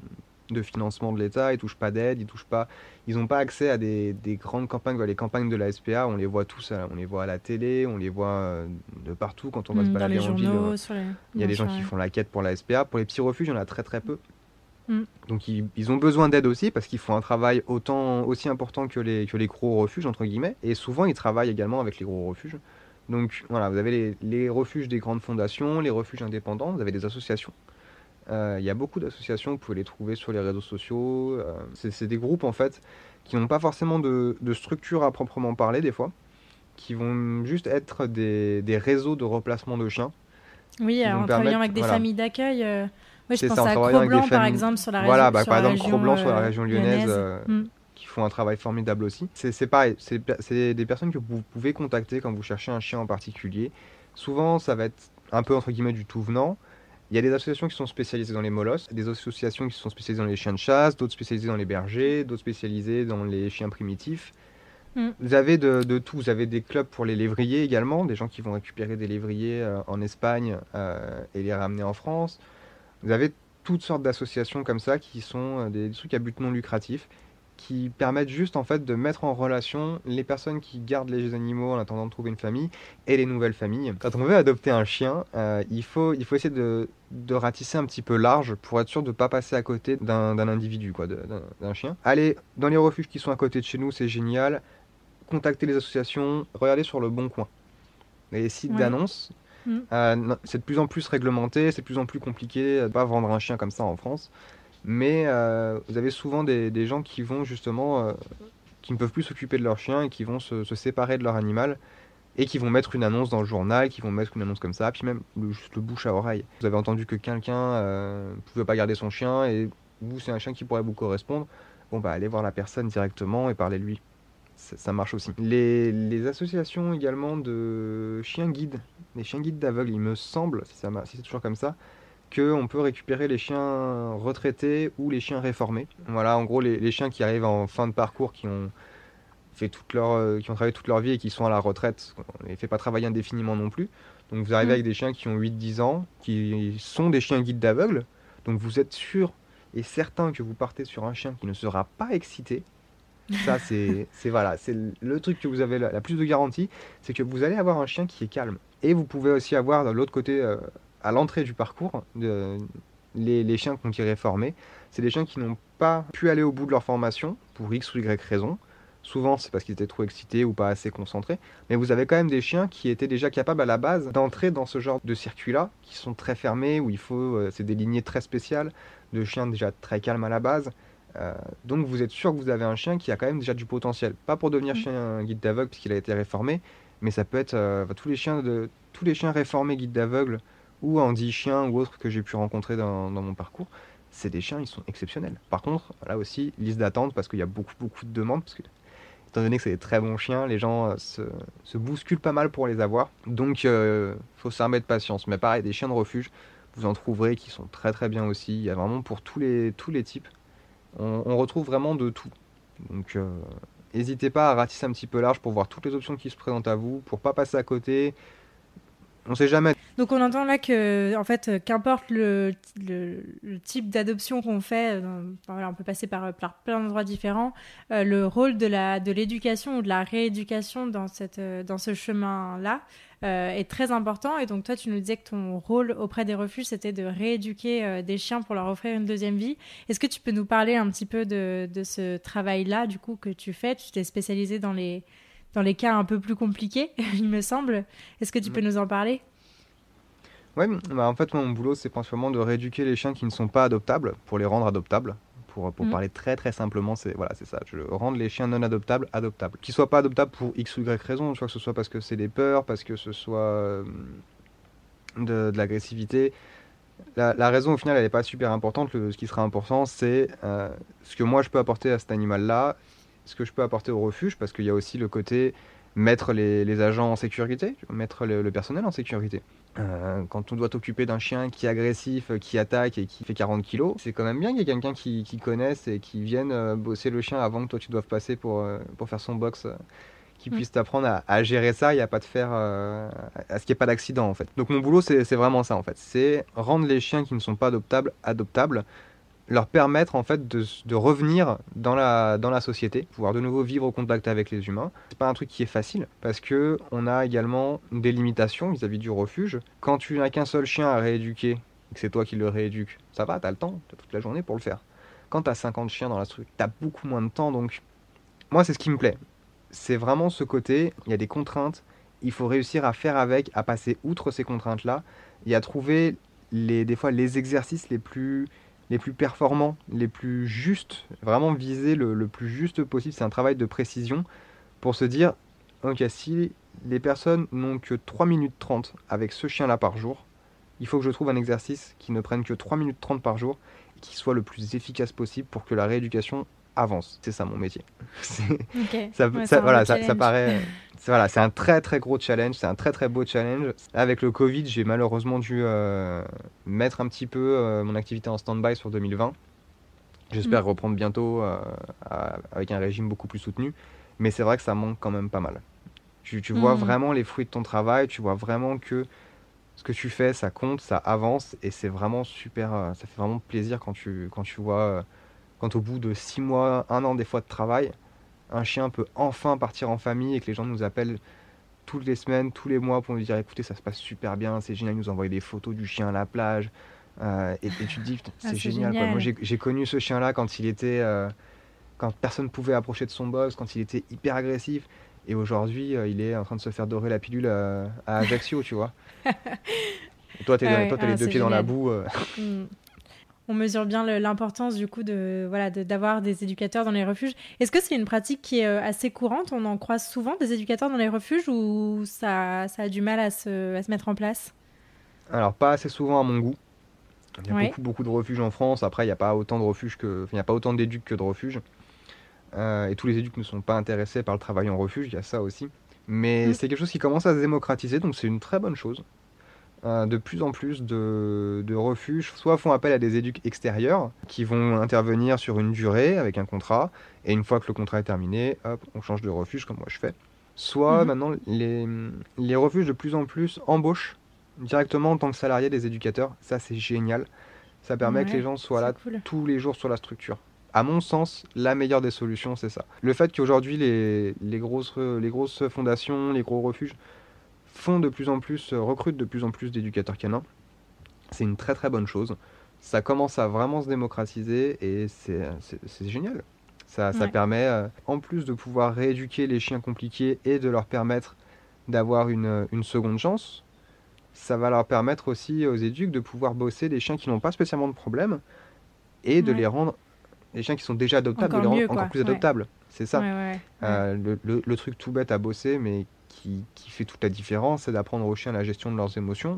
[SPEAKER 2] de financement de l'État, ils touchent pas d'aide, ils touchent pas, ils n'ont pas accès à des, des grandes campagnes. Les campagnes de la S P A, on les voit tous, on les voit à la télé, on les voit euh, de partout quand on va se
[SPEAKER 1] Mm, dans
[SPEAKER 2] balader
[SPEAKER 1] les
[SPEAKER 2] en ville.
[SPEAKER 1] journaux,
[SPEAKER 2] euh,
[SPEAKER 1] sur les...
[SPEAKER 2] Il y a
[SPEAKER 1] bien
[SPEAKER 2] des gens
[SPEAKER 1] sûr,
[SPEAKER 2] qui
[SPEAKER 1] ouais.
[SPEAKER 2] font la quête pour la S P A. Pour les petits refuges, il y en a très très peu.
[SPEAKER 1] Mm.
[SPEAKER 2] Donc ils, ils ont besoin d'aide aussi, parce qu'ils font un travail autant aussi important que les, que les gros refuges, entre guillemets. Et souvent, ils travaillent également avec les gros refuges. Donc voilà, vous avez les, les refuges des grandes fondations, les refuges indépendants, vous avez des associations. Euh, Il y a beaucoup d'associations, vous pouvez les trouver sur les réseaux sociaux. Euh, c'est, c'est des groupes en fait qui n'ont pas forcément de, de structure à proprement parler des fois, qui vont juste être des, des réseaux de replacement de chiens,
[SPEAKER 1] Oui,
[SPEAKER 2] qui
[SPEAKER 1] alors,
[SPEAKER 2] vont
[SPEAKER 1] en travaillant
[SPEAKER 2] permettre,
[SPEAKER 1] avec des
[SPEAKER 2] voilà,
[SPEAKER 1] familles d'accueil. euh, Oui, je
[SPEAKER 2] c'est ça,
[SPEAKER 1] pense
[SPEAKER 2] en
[SPEAKER 1] à
[SPEAKER 2] travaillant avec des
[SPEAKER 1] Cro-Blanc, par
[SPEAKER 2] familles.
[SPEAKER 1] exemple, sur la,
[SPEAKER 2] Voilà,
[SPEAKER 1] région,
[SPEAKER 2] bah,
[SPEAKER 1] sur
[SPEAKER 2] par
[SPEAKER 1] la
[SPEAKER 2] exemple
[SPEAKER 1] région
[SPEAKER 2] Cro-Blanc sur la
[SPEAKER 1] euh,
[SPEAKER 2] région lyonnaise,
[SPEAKER 1] lyonnaise.
[SPEAKER 2] euh,
[SPEAKER 1] Mm.
[SPEAKER 2] qui font un travail formidable aussi. C'est, c'est pareil, c'est, c'est des personnes que vous pouvez contacter quand vous cherchez un chien en particulier. Souvent, ça va être un peu entre guillemets du tout venant. Il y a des associations qui sont spécialisées dans les molosses, des associations qui sont spécialisées dans les chiens de chasse, d'autres spécialisées dans les bergers, d'autres spécialisées dans les chiens primitifs.
[SPEAKER 1] Mm.
[SPEAKER 2] Vous avez de, de tout. Vous avez des clubs pour les lévriers également, des gens qui vont récupérer des lévriers euh, en Espagne euh, et les ramener en France. Vous avez toutes sortes d'associations comme ça qui sont euh, des, des trucs à but non lucratif, qui permettent juste en fait de mettre en relation les personnes qui gardent les animaux en attendant de trouver une famille et les nouvelles familles. Quand on veut adopter un chien, euh, il faut, il faut essayer de, de ratisser un petit peu large pour être sûr de ne pas passer à côté d'un, d'un individu, quoi, de- d'un, d'un chien. Aller dans les refuges qui sont à côté de chez nous, c'est génial. Contacter les associations, regarder sur le Bon Coin. Les sites
[SPEAKER 1] Ouais.
[SPEAKER 2] d'annonces,
[SPEAKER 1] Mm.
[SPEAKER 2] euh, non, c'est de plus en plus réglementé, c'est de plus en plus compliqué de ne pas vendre un chien comme ça en France. Mais euh, vous avez souvent des, des gens qui vont justement, euh, qui ne peuvent plus s'occuper de leur chien et qui vont se, se séparer de leur animal et qui vont mettre une annonce dans le journal, qui vont mettre une annonce comme ça, puis même le, juste le bouche à oreille. Vous avez entendu que quelqu'un euh, ne pouvait pas garder son chien et vous, c'est un chien qui pourrait vous correspondre. Bon, bah, allez voir la personne directement et parlez de lui. Ça, ça marche aussi. Les, les associations également de chiens guides, les chiens guides d'aveugles, il me semble, si, ça m'a- si c'est toujours comme ça, qu'on peut récupérer les chiens retraités ou les chiens réformés. Voilà, en gros, les, les chiens qui arrivent en fin de parcours, qui ont fait toute leur, euh, qui ont travaillé toute leur vie et qui sont à la retraite. On ne les fait pas travailler indéfiniment non plus. Donc vous arrivez
[SPEAKER 1] Mm.
[SPEAKER 2] avec des chiens qui ont huit dix ans, qui sont des chiens guides d'aveugles. Donc vous êtes sûr et certain que vous partez sur un chien qui ne sera pas excité. Ça, c'est, c'est, voilà, c'est le truc que vous avez la, la plus de garantie, c'est que vous allez avoir un chien qui est calme. Et vous pouvez aussi avoir de l'autre côté, euh, à l'entrée du parcours, de, les, les chiens qu'on dirait formés. C'est des chiens qui n'ont pas pu aller au bout de leur formation, pour X ou Y raison. Souvent, c'est parce qu'ils étaient trop excités ou pas assez concentrés. Mais vous avez quand même des chiens qui étaient déjà capables à la base d'entrer dans ce genre de circuit-là, qui sont très fermés, où il faut, euh, c'est des lignées très spéciales, de chiens déjà très calmes à la base. Euh, donc vous êtes sûr que vous avez un chien qui a quand même déjà du potentiel. Pas pour devenir
[SPEAKER 1] Mm.
[SPEAKER 2] chien guide d'aveugle puisqu'il a été réformé, mais ça peut être euh, tous les chiens de tous les chiens réformés guide d'aveugle ou handi-chiens ou autres que j'ai pu rencontrer dans, dans mon parcours. C'est des chiens, ils sont exceptionnels. Par contre, là aussi, liste d'attente parce qu'il y a beaucoup beaucoup de demandes parce que étant donné que c'est des très bons chiens, les gens euh, se, se bousculent pas mal pour les avoir. Donc, euh, faut s'armer de patience. Mais pareil, des chiens de refuge, vous en trouverez qui sont très très bien aussi. Il y a vraiment pour tous les, tous les types. On, on retrouve vraiment de tout. Donc, euh, n'hésitez pas à ratisser un petit peu large pour voir toutes les options qui se présentent à vous, pour pas passer à côté. on sait jamais.
[SPEAKER 1] Donc on entend là que, en fait, qu'importe le, le, le type d'adoption qu'on fait, dans, enfin, voilà, on peut passer par, par plein d'endroits différents, euh, le rôle de, la, de l'éducation ou de la rééducation dans, cette, dans ce chemin-là euh, est très important. Et donc toi, tu nous disais que ton rôle auprès des refuges, c'était de rééduquer euh, des chiens pour leur offrir une deuxième vie. Est-ce que tu peux nous parler un petit peu de, de ce travail-là, du coup, que tu fais? Tu t'es spécialisée dans les, dans les cas un peu plus compliqués, il me semble. Est-ce que tu peux nous en parler?
[SPEAKER 2] Ouais, bah en fait, moi, mon boulot, c'est principalement de rééduquer les chiens qui ne sont pas adoptables pour les rendre adoptables. Pour, pour
[SPEAKER 1] Mm.
[SPEAKER 2] parler très très simplement, c'est voilà, c'est ça. Je rendre les chiens non adoptables adoptables. Qu'ils soient pas adoptables pour X ou Y raison, soit que ce soit parce que c'est des peurs, parce que ce soit euh, de, de l'agressivité. La, la raison, au final, elle n'est pas super importante. Le, ce qui sera important, c'est euh, ce que moi je peux apporter à cet animal-là, ce que je peux apporter au refuge, parce qu'il y a aussi le côté mettre les, les agents en sécurité, mettre le, le personnel en sécurité. Euh, quand on doit t'occuper d'un chien qui est agressif, qui attaque et qui fait quarante kilos, c'est quand même bien qu'il y ait quelqu'un qui, qui connaisse et qui vienne euh, bosser le chien avant que toi tu doives passer pour, euh, pour faire son box, euh, qui
[SPEAKER 1] Mm.
[SPEAKER 2] puisse t'apprendre à, à gérer ça et à pas te faire euh, à ce qu'il n'y ait pas d'accident en fait. Donc mon boulot c'est, c'est vraiment ça en fait, c'est rendre les chiens qui ne sont pas adoptables adoptables, leur permettre en fait de, de revenir dans la, dans la société, pouvoir de nouveau vivre au contact avec les humains. C'est pas un truc qui est facile parce que on a également des limitations vis-à-vis du refuge. Quand tu n'as qu'un seul chien à rééduquer et que c'est toi qui le rééduques, ça va, t'as le temps, t'as toute la journée pour le faire. Quand t'as cinquante chiens dans la structure, t'as beaucoup moins de temps, donc moi c'est ce qui me plaît. C'est vraiment ce côté, il y a des contraintes, il faut réussir à faire avec, à passer outre ces contraintes-là et à trouver les, des fois les exercices les plus les plus performants, les plus justes, vraiment viser le, le plus juste possible. C'est un travail de précision pour se dire, ok, si les personnes n'ont que trois minutes trente avec ce chien-là par jour, il faut que je trouve un exercice qui ne prenne que trois minutes trente par jour et qui soit le plus efficace possible pour que la rééducation avance. C'est ça mon métier. C'est,
[SPEAKER 1] Ok.
[SPEAKER 2] ça,
[SPEAKER 1] Ouais,
[SPEAKER 2] ça,
[SPEAKER 1] c'est un
[SPEAKER 2] voilà,
[SPEAKER 1] beau
[SPEAKER 2] ça, ça
[SPEAKER 1] challenge.
[SPEAKER 2] paraît... C'est, voilà, c'est un très très gros challenge, c'est un très très beau challenge. Avec le Covid, j'ai malheureusement dû euh, mettre un petit peu euh, mon activité en stand-by sur deux mille vingt. J'espère
[SPEAKER 1] Mm.
[SPEAKER 2] reprendre bientôt euh, à- avec un régime beaucoup plus soutenu. Mais c'est vrai que ça manque quand même pas mal. Tu, tu vois
[SPEAKER 1] Mm.
[SPEAKER 2] vraiment les fruits de ton travail, tu vois vraiment que ce que tu fais, ça compte, ça avance. Et c'est vraiment super, euh, ça fait vraiment plaisir quand tu, quand tu vois, euh, quand au bout de six mois, un an des fois de travail, un chien peut enfin partir en famille et que les gens nous appellent toutes les semaines, tous les mois pour nous dire écoutez, ça se passe super bien, c'est génial, ils nous envoyer des photos du chien à la plage. Euh, et, et tu te dis putain,
[SPEAKER 1] Ah,
[SPEAKER 2] c'est
[SPEAKER 1] c'est
[SPEAKER 2] génial quoi. Moi
[SPEAKER 1] génial.
[SPEAKER 2] j'ai, j'ai connu ce chien là quand il était euh, quand personne pouvait approcher de son boss, quand il était hyper agressif. Et aujourd'hui, euh, il est en train de se faire dorer la pilule euh, à Ajaccio, tu vois. Et toi, t'es,
[SPEAKER 1] Ah
[SPEAKER 2] dans-
[SPEAKER 1] ouais,
[SPEAKER 2] toi, t'as les
[SPEAKER 1] ah,
[SPEAKER 2] deux
[SPEAKER 1] c'est
[SPEAKER 2] pieds dans la
[SPEAKER 1] génial.
[SPEAKER 2] boue. euh.
[SPEAKER 1] Mm. On mesure bien le- l'importance du coup de voilà de- d'avoir des éducateurs dans les refuges. Est-ce que c'est une pratique qui est euh, assez courante? On en croise souvent des éducateurs dans les refuges ou ça, ça a du mal à se, à se mettre en place?
[SPEAKER 2] Alors, pas assez souvent à mon goût. Il y a
[SPEAKER 1] Ouais.
[SPEAKER 2] beaucoup, beaucoup de refuges en France. Après, il n'y a pas autant de refuges que, enfin, il n'y a pas autant d'éducs que de refuges. Euh, et tous les éducs ne sont pas intéressés par le travail en refuge. Il y a ça aussi. Mais
[SPEAKER 1] Mm.
[SPEAKER 2] c'est quelque chose qui commence à se démocratiser, donc c'est une très bonne chose. Euh, de plus en plus de, de refuges soit font appel à des éducs extérieurs qui vont intervenir sur une durée avec un contrat, et une fois que le contrat est terminé, hop, on change de refuge comme moi je fais. Soit
[SPEAKER 1] Mhm.
[SPEAKER 2] maintenant les, les refuges de plus en plus embauchent directement en tant que salariés des éducateurs. Ça c'est génial. Ça permet que les
[SPEAKER 1] Ouais,
[SPEAKER 2] gens soient
[SPEAKER 1] c'est
[SPEAKER 2] là
[SPEAKER 1] cool.
[SPEAKER 2] tous les jours sur la structure. À mon sens, la meilleure des solutions, c'est ça. Le fait qu'aujourd'hui les, les, grosses, les grosses fondations, les gros refuges font de plus en plus, euh, recrutent de plus en plus d'éducateurs canins. C'est une très très bonne chose. Ça commence à vraiment se démocratiser et c'est, c'est, c'est génial. Ça, ça
[SPEAKER 1] Ouais.
[SPEAKER 2] permet, euh, en plus de pouvoir rééduquer les chiens compliqués et de leur permettre d'avoir une, une seconde chance, ça va leur permettre aussi aux éducs de pouvoir bosser des chiens qui n'ont pas spécialement de problème et de les
[SPEAKER 1] Ouais.
[SPEAKER 2] rendre, les chiens qui sont déjà adoptables, de
[SPEAKER 1] Encore
[SPEAKER 2] les rendre
[SPEAKER 1] mieux
[SPEAKER 2] encore
[SPEAKER 1] quoi.
[SPEAKER 2] plus
[SPEAKER 1] Ouais.
[SPEAKER 2] adoptables. C'est
[SPEAKER 1] Ouais,
[SPEAKER 2] ça.
[SPEAKER 1] ouais, ouais.
[SPEAKER 2] Euh, le, le- le truc tout bête à bosser, mais qui, qui fait toute la différence, c'est d'apprendre aux chiens la gestion de leurs émotions.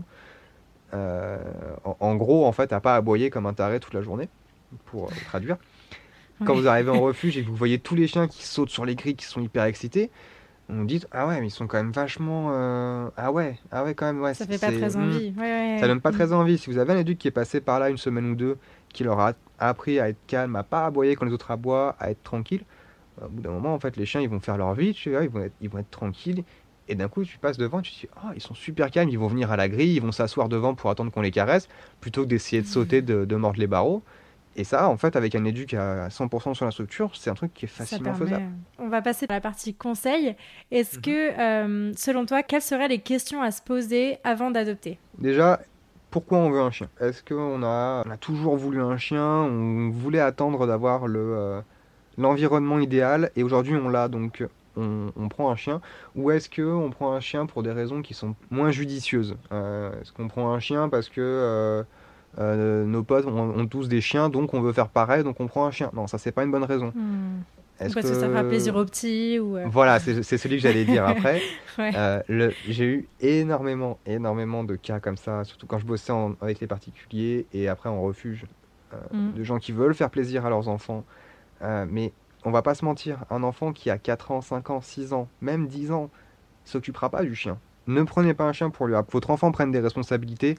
[SPEAKER 2] Euh, en, en gros, en fait, à pas aboyer comme un taré toute la journée, pour euh, traduire. Quand
[SPEAKER 1] Ouais.
[SPEAKER 2] vous arrivez en refuge et que vous voyez tous les chiens qui sautent sur les grilles, qui sont hyper excités, on vous dit ah ouais, mais ils sont quand même vachement euh, ah ouais, ah ouais quand même ouais,
[SPEAKER 1] Ça
[SPEAKER 2] c'est,
[SPEAKER 1] fait pas
[SPEAKER 2] c'est-
[SPEAKER 1] très
[SPEAKER 2] hmm,
[SPEAKER 1] envie. Ouais,
[SPEAKER 2] ça
[SPEAKER 1] ouais.
[SPEAKER 2] donne pas
[SPEAKER 1] Mm.
[SPEAKER 2] très envie. Si vous avez un éduc qui est passé par là une semaine ou deux, qui leur a appris à être calme, à pas aboyer quand les autres aboient, à être tranquille, au bout d'un moment, en fait, les chiens, ils vont faire leur vie, tu vois, ils vont être, ils vont être tranquilles, Et d'un coup, tu passes devant et tu te dis, ah, ils sont super calmes, ils vont venir à la grille, ils vont s'asseoir devant pour attendre qu'on les caresse, plutôt que d'essayer de sauter, de, de mordre les barreaux. Et ça, en fait, avec un éduc à cent pour cent sur la structure, c'est un truc qui est facilement
[SPEAKER 1] permet...
[SPEAKER 2] faisable.
[SPEAKER 1] On va passer à la partie conseil. Est-ce mmh. que, euh, selon toi, quelles seraient les questions à se poser avant d'adopter ?
[SPEAKER 2] Déjà, pourquoi on veut un chien ? Est-ce qu'on a, on a toujours voulu un chien ? On voulait attendre d'avoir le, euh, l'environnement idéal et aujourd'hui on l'a, donc on, on prend un chien. Ou est-ce qu'on prend un chien pour des raisons qui sont moins judicieuses ? euh, Est-ce qu'on prend un chien parce que... Euh, Euh, nos potes ont, ont tous des chiens, donc on veut faire pareil, donc on prend un chien. Non, ça c'est pas une bonne raison.
[SPEAKER 1] Mmh. Est-ce parce que... que ça fera plaisir aux petits ou euh...
[SPEAKER 2] Voilà, c'est, c'est celui que j'allais dire après.
[SPEAKER 1] ouais.
[SPEAKER 2] euh, le, j'ai eu énormément, énormément de cas comme ça, surtout quand je bossais en, avec les particuliers et après en refuge, euh, mmh. de gens qui veulent faire plaisir à leurs enfants. Euh, mais on va pas se mentir, un enfant qui a quatre ans, cinq ans, six ans, même dix ans, il s'occupera pas du chien. Ne prenez pas un chien pour lui. Votre enfant prenne des responsabilités.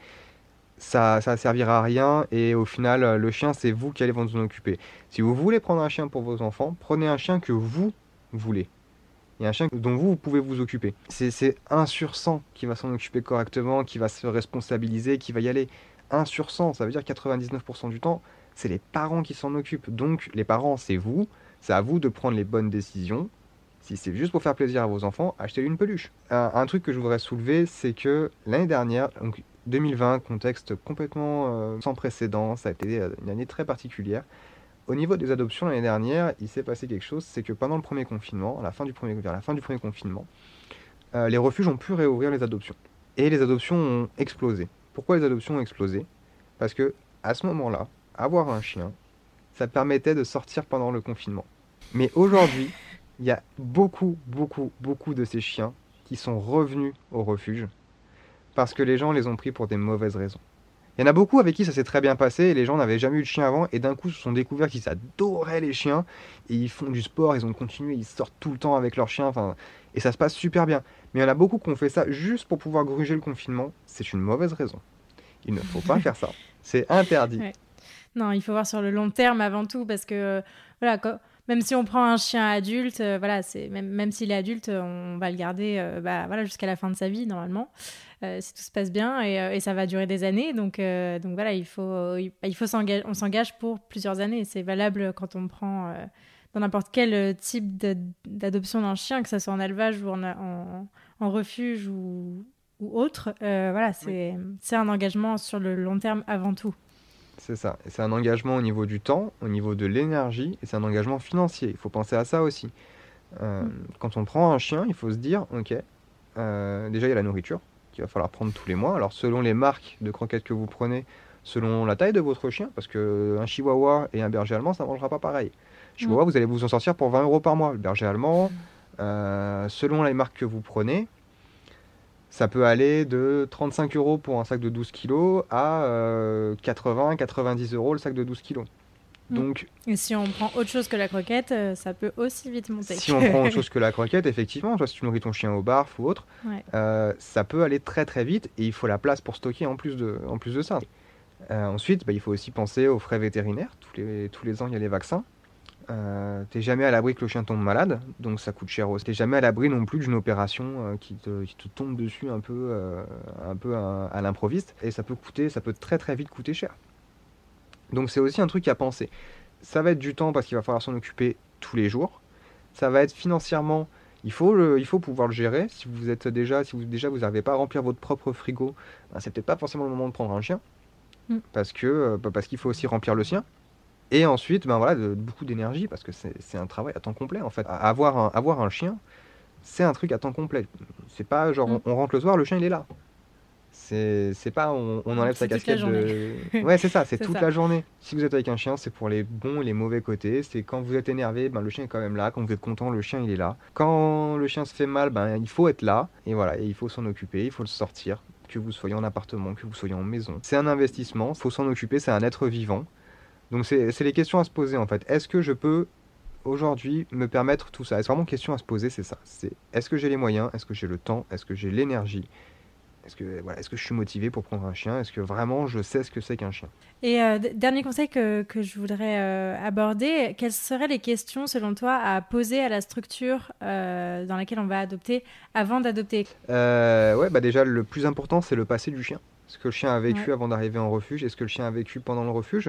[SPEAKER 2] Ça ça servira à rien et au final le chien c'est vous qui allez vous en occuper. Si vous voulez prendre un chien pour vos enfants, prenez un chien que vous voulez et un chien dont vous, vous pouvez vous occuper. C'est, c'est un sur cent qui va s'en occuper correctement, qui va se responsabiliser, qui va y aller. Un sur cent, ça veut dire quatre-vingt-dix-neuf pour cent du temps, c'est les parents qui s'en occupent. Donc les parents c'est vous, c'est à vous de prendre les bonnes décisions. Si c'est juste pour faire plaisir à vos enfants, achetez-lui une peluche. Un, un truc que je voudrais soulever, c'est que l'année dernière, donc deux mille vingt, contexte complètement euh, sans précédent, ça a été une année très particulière. Au niveau des adoptions l'année dernière, il s'est passé quelque chose, c'est que pendant le premier confinement, à la fin du premier, vers la fin du premier confinement, euh, les refuges ont pu réouvrir les adoptions. Et les adoptions ont explosé. Pourquoi les adoptions ont explosé ? Parce que à ce moment-là, avoir un chien, ça permettait de sortir pendant le confinement. Mais aujourd'hui, il y a beaucoup, beaucoup, beaucoup de ces chiens qui sont revenus au refuge parce que les gens les ont pris pour des mauvaises raisons. Il y en a beaucoup avec qui ça s'est très bien passé et les gens n'avaient jamais eu de chien avant et d'un coup se sont découverts qu'ils adoraient les chiens et ils font du sport, ils ont continué, ils sortent tout le temps avec leurs chiens enfin, et ça se passe super bien. Mais il y en a beaucoup qui ont fait ça juste pour pouvoir gruger le confinement. C'est une mauvaise raison. Il ne faut pas faire ça. C'est interdit.
[SPEAKER 1] Ouais. Non, il faut voir sur le long terme avant tout parce que euh, voilà, quand... même si on prend un chien adulte, euh, voilà, c'est même, même s'il est adulte, on va le garder euh, bah, voilà, jusqu'à la fin de sa vie normalement. Euh, si tout se passe bien et, euh, et ça va durer des années donc, euh, donc voilà il faut, il, il faut s'engager, on s'engage pour plusieurs années, c'est valable quand on prend euh, dans n'importe quel type de, d'adoption d'un chien, que ce soit en élevage ou en, en, en refuge ou, ou autre, euh, voilà c'est, oui. c'est un engagement sur le long terme avant tout.
[SPEAKER 2] C'est ça, et c'est un engagement au niveau du temps, au niveau de l'énergie et c'est un engagement financier, il faut penser à ça aussi. Euh, mmh. Quand on prend un chien, il faut se dire ok, euh, déjà il y a la nourriture qu'il va falloir prendre tous les mois. Alors selon les marques de croquettes que vous prenez, selon la taille de votre chien, parce qu'un chihuahua et un berger allemand, ça ne mangera pas pareil. Chihuahua, mmh. vous allez vous en sortir pour vingt euros par mois. Le berger allemand, euh, selon les marques que vous prenez, ça peut aller de trente-cinq euros pour un sac de douze kilos à euh, quatre-vingts à quatre-vingt-dix euros le sac de douze kilos. Donc,
[SPEAKER 1] et si on prend autre chose que la croquette, ça peut aussi vite monter.
[SPEAKER 2] Si on prend autre chose que la croquette, effectivement, toi, si tu nourris ton chien au barf ou autre, ouais. euh, ça peut aller très très vite et il faut la place pour stocker en plus de, en plus de ça. Euh, ensuite, bah, il faut aussi penser aux frais vétérinaires. Tous les, tous les ans, il y a les vaccins. Euh, t'es jamais à l'abri que le chien tombe malade, donc ça coûte cher aussi. T'es jamais à l'abri non plus d'une opération euh, qui, te, qui te tombe dessus un peu, euh, un peu à, à l'improviste et ça peut coûter, ça peut très très vite coûter cher. Donc c'est aussi un truc à penser. Ça va être du temps parce qu'il va falloir s'en occuper tous les jours. Ça va être financièrement, il faut, le, il faut pouvoir le gérer. Si vous êtes déjà, si vous déjà vous n'arrivez pas à remplir votre propre frigo, ben c'est peut-être pas forcément le moment de prendre un chien, mm. parce que bah parce qu'il faut aussi remplir le sien. Et ensuite, ben voilà, de, de beaucoup d'énergie parce que c'est, c'est un travail à temps complet en fait. Avoir un, avoir un chien, c'est un truc à temps complet. C'est pas genre mm. on, on rentre le soir, le chien il est là. C'est, c'est pas on, on enlève
[SPEAKER 1] c'est
[SPEAKER 2] sa casquette de... Ouais, c'est ça, c'est, c'est toute ça. La journée. Si vous êtes avec un chien, c'est pour les bons et les mauvais côtés. C'est quand vous êtes énervé, ben, le chien est quand même là. Quand vous êtes content, le chien il est là. Quand le chien se fait mal, ben, il faut être là. Et voilà, et il faut s'en occuper, il faut le sortir. Que vous soyez en appartement, que vous soyez en maison. C'est un investissement, il faut s'en occuper, c'est un être vivant. Donc c'est, c'est les questions à se poser en fait. Est-ce que je peux aujourd'hui me permettre tout ça ? C'est vraiment une question à se poser, c'est ça. C'est est-ce que j'ai les moyens ? Est-ce que j'ai le temps ? Est-ce que j'ai l'énergie ? Est-ce que, voilà, est-ce que je suis motivé pour prendre un chien? Est-ce que vraiment je sais ce que c'est qu'un chien?
[SPEAKER 1] Et euh, d- dernier conseil que, que je voudrais euh, aborder, quelles seraient les questions selon toi à poser à la structure euh, dans laquelle on va adopter avant d'adopter?
[SPEAKER 2] Euh, ouais, bah déjà, le plus important, c'est le passé du chien. Ce que le chien a vécu
[SPEAKER 1] Ouais.
[SPEAKER 2] avant d'arriver en refuge et ce que le chien a vécu pendant le refuge.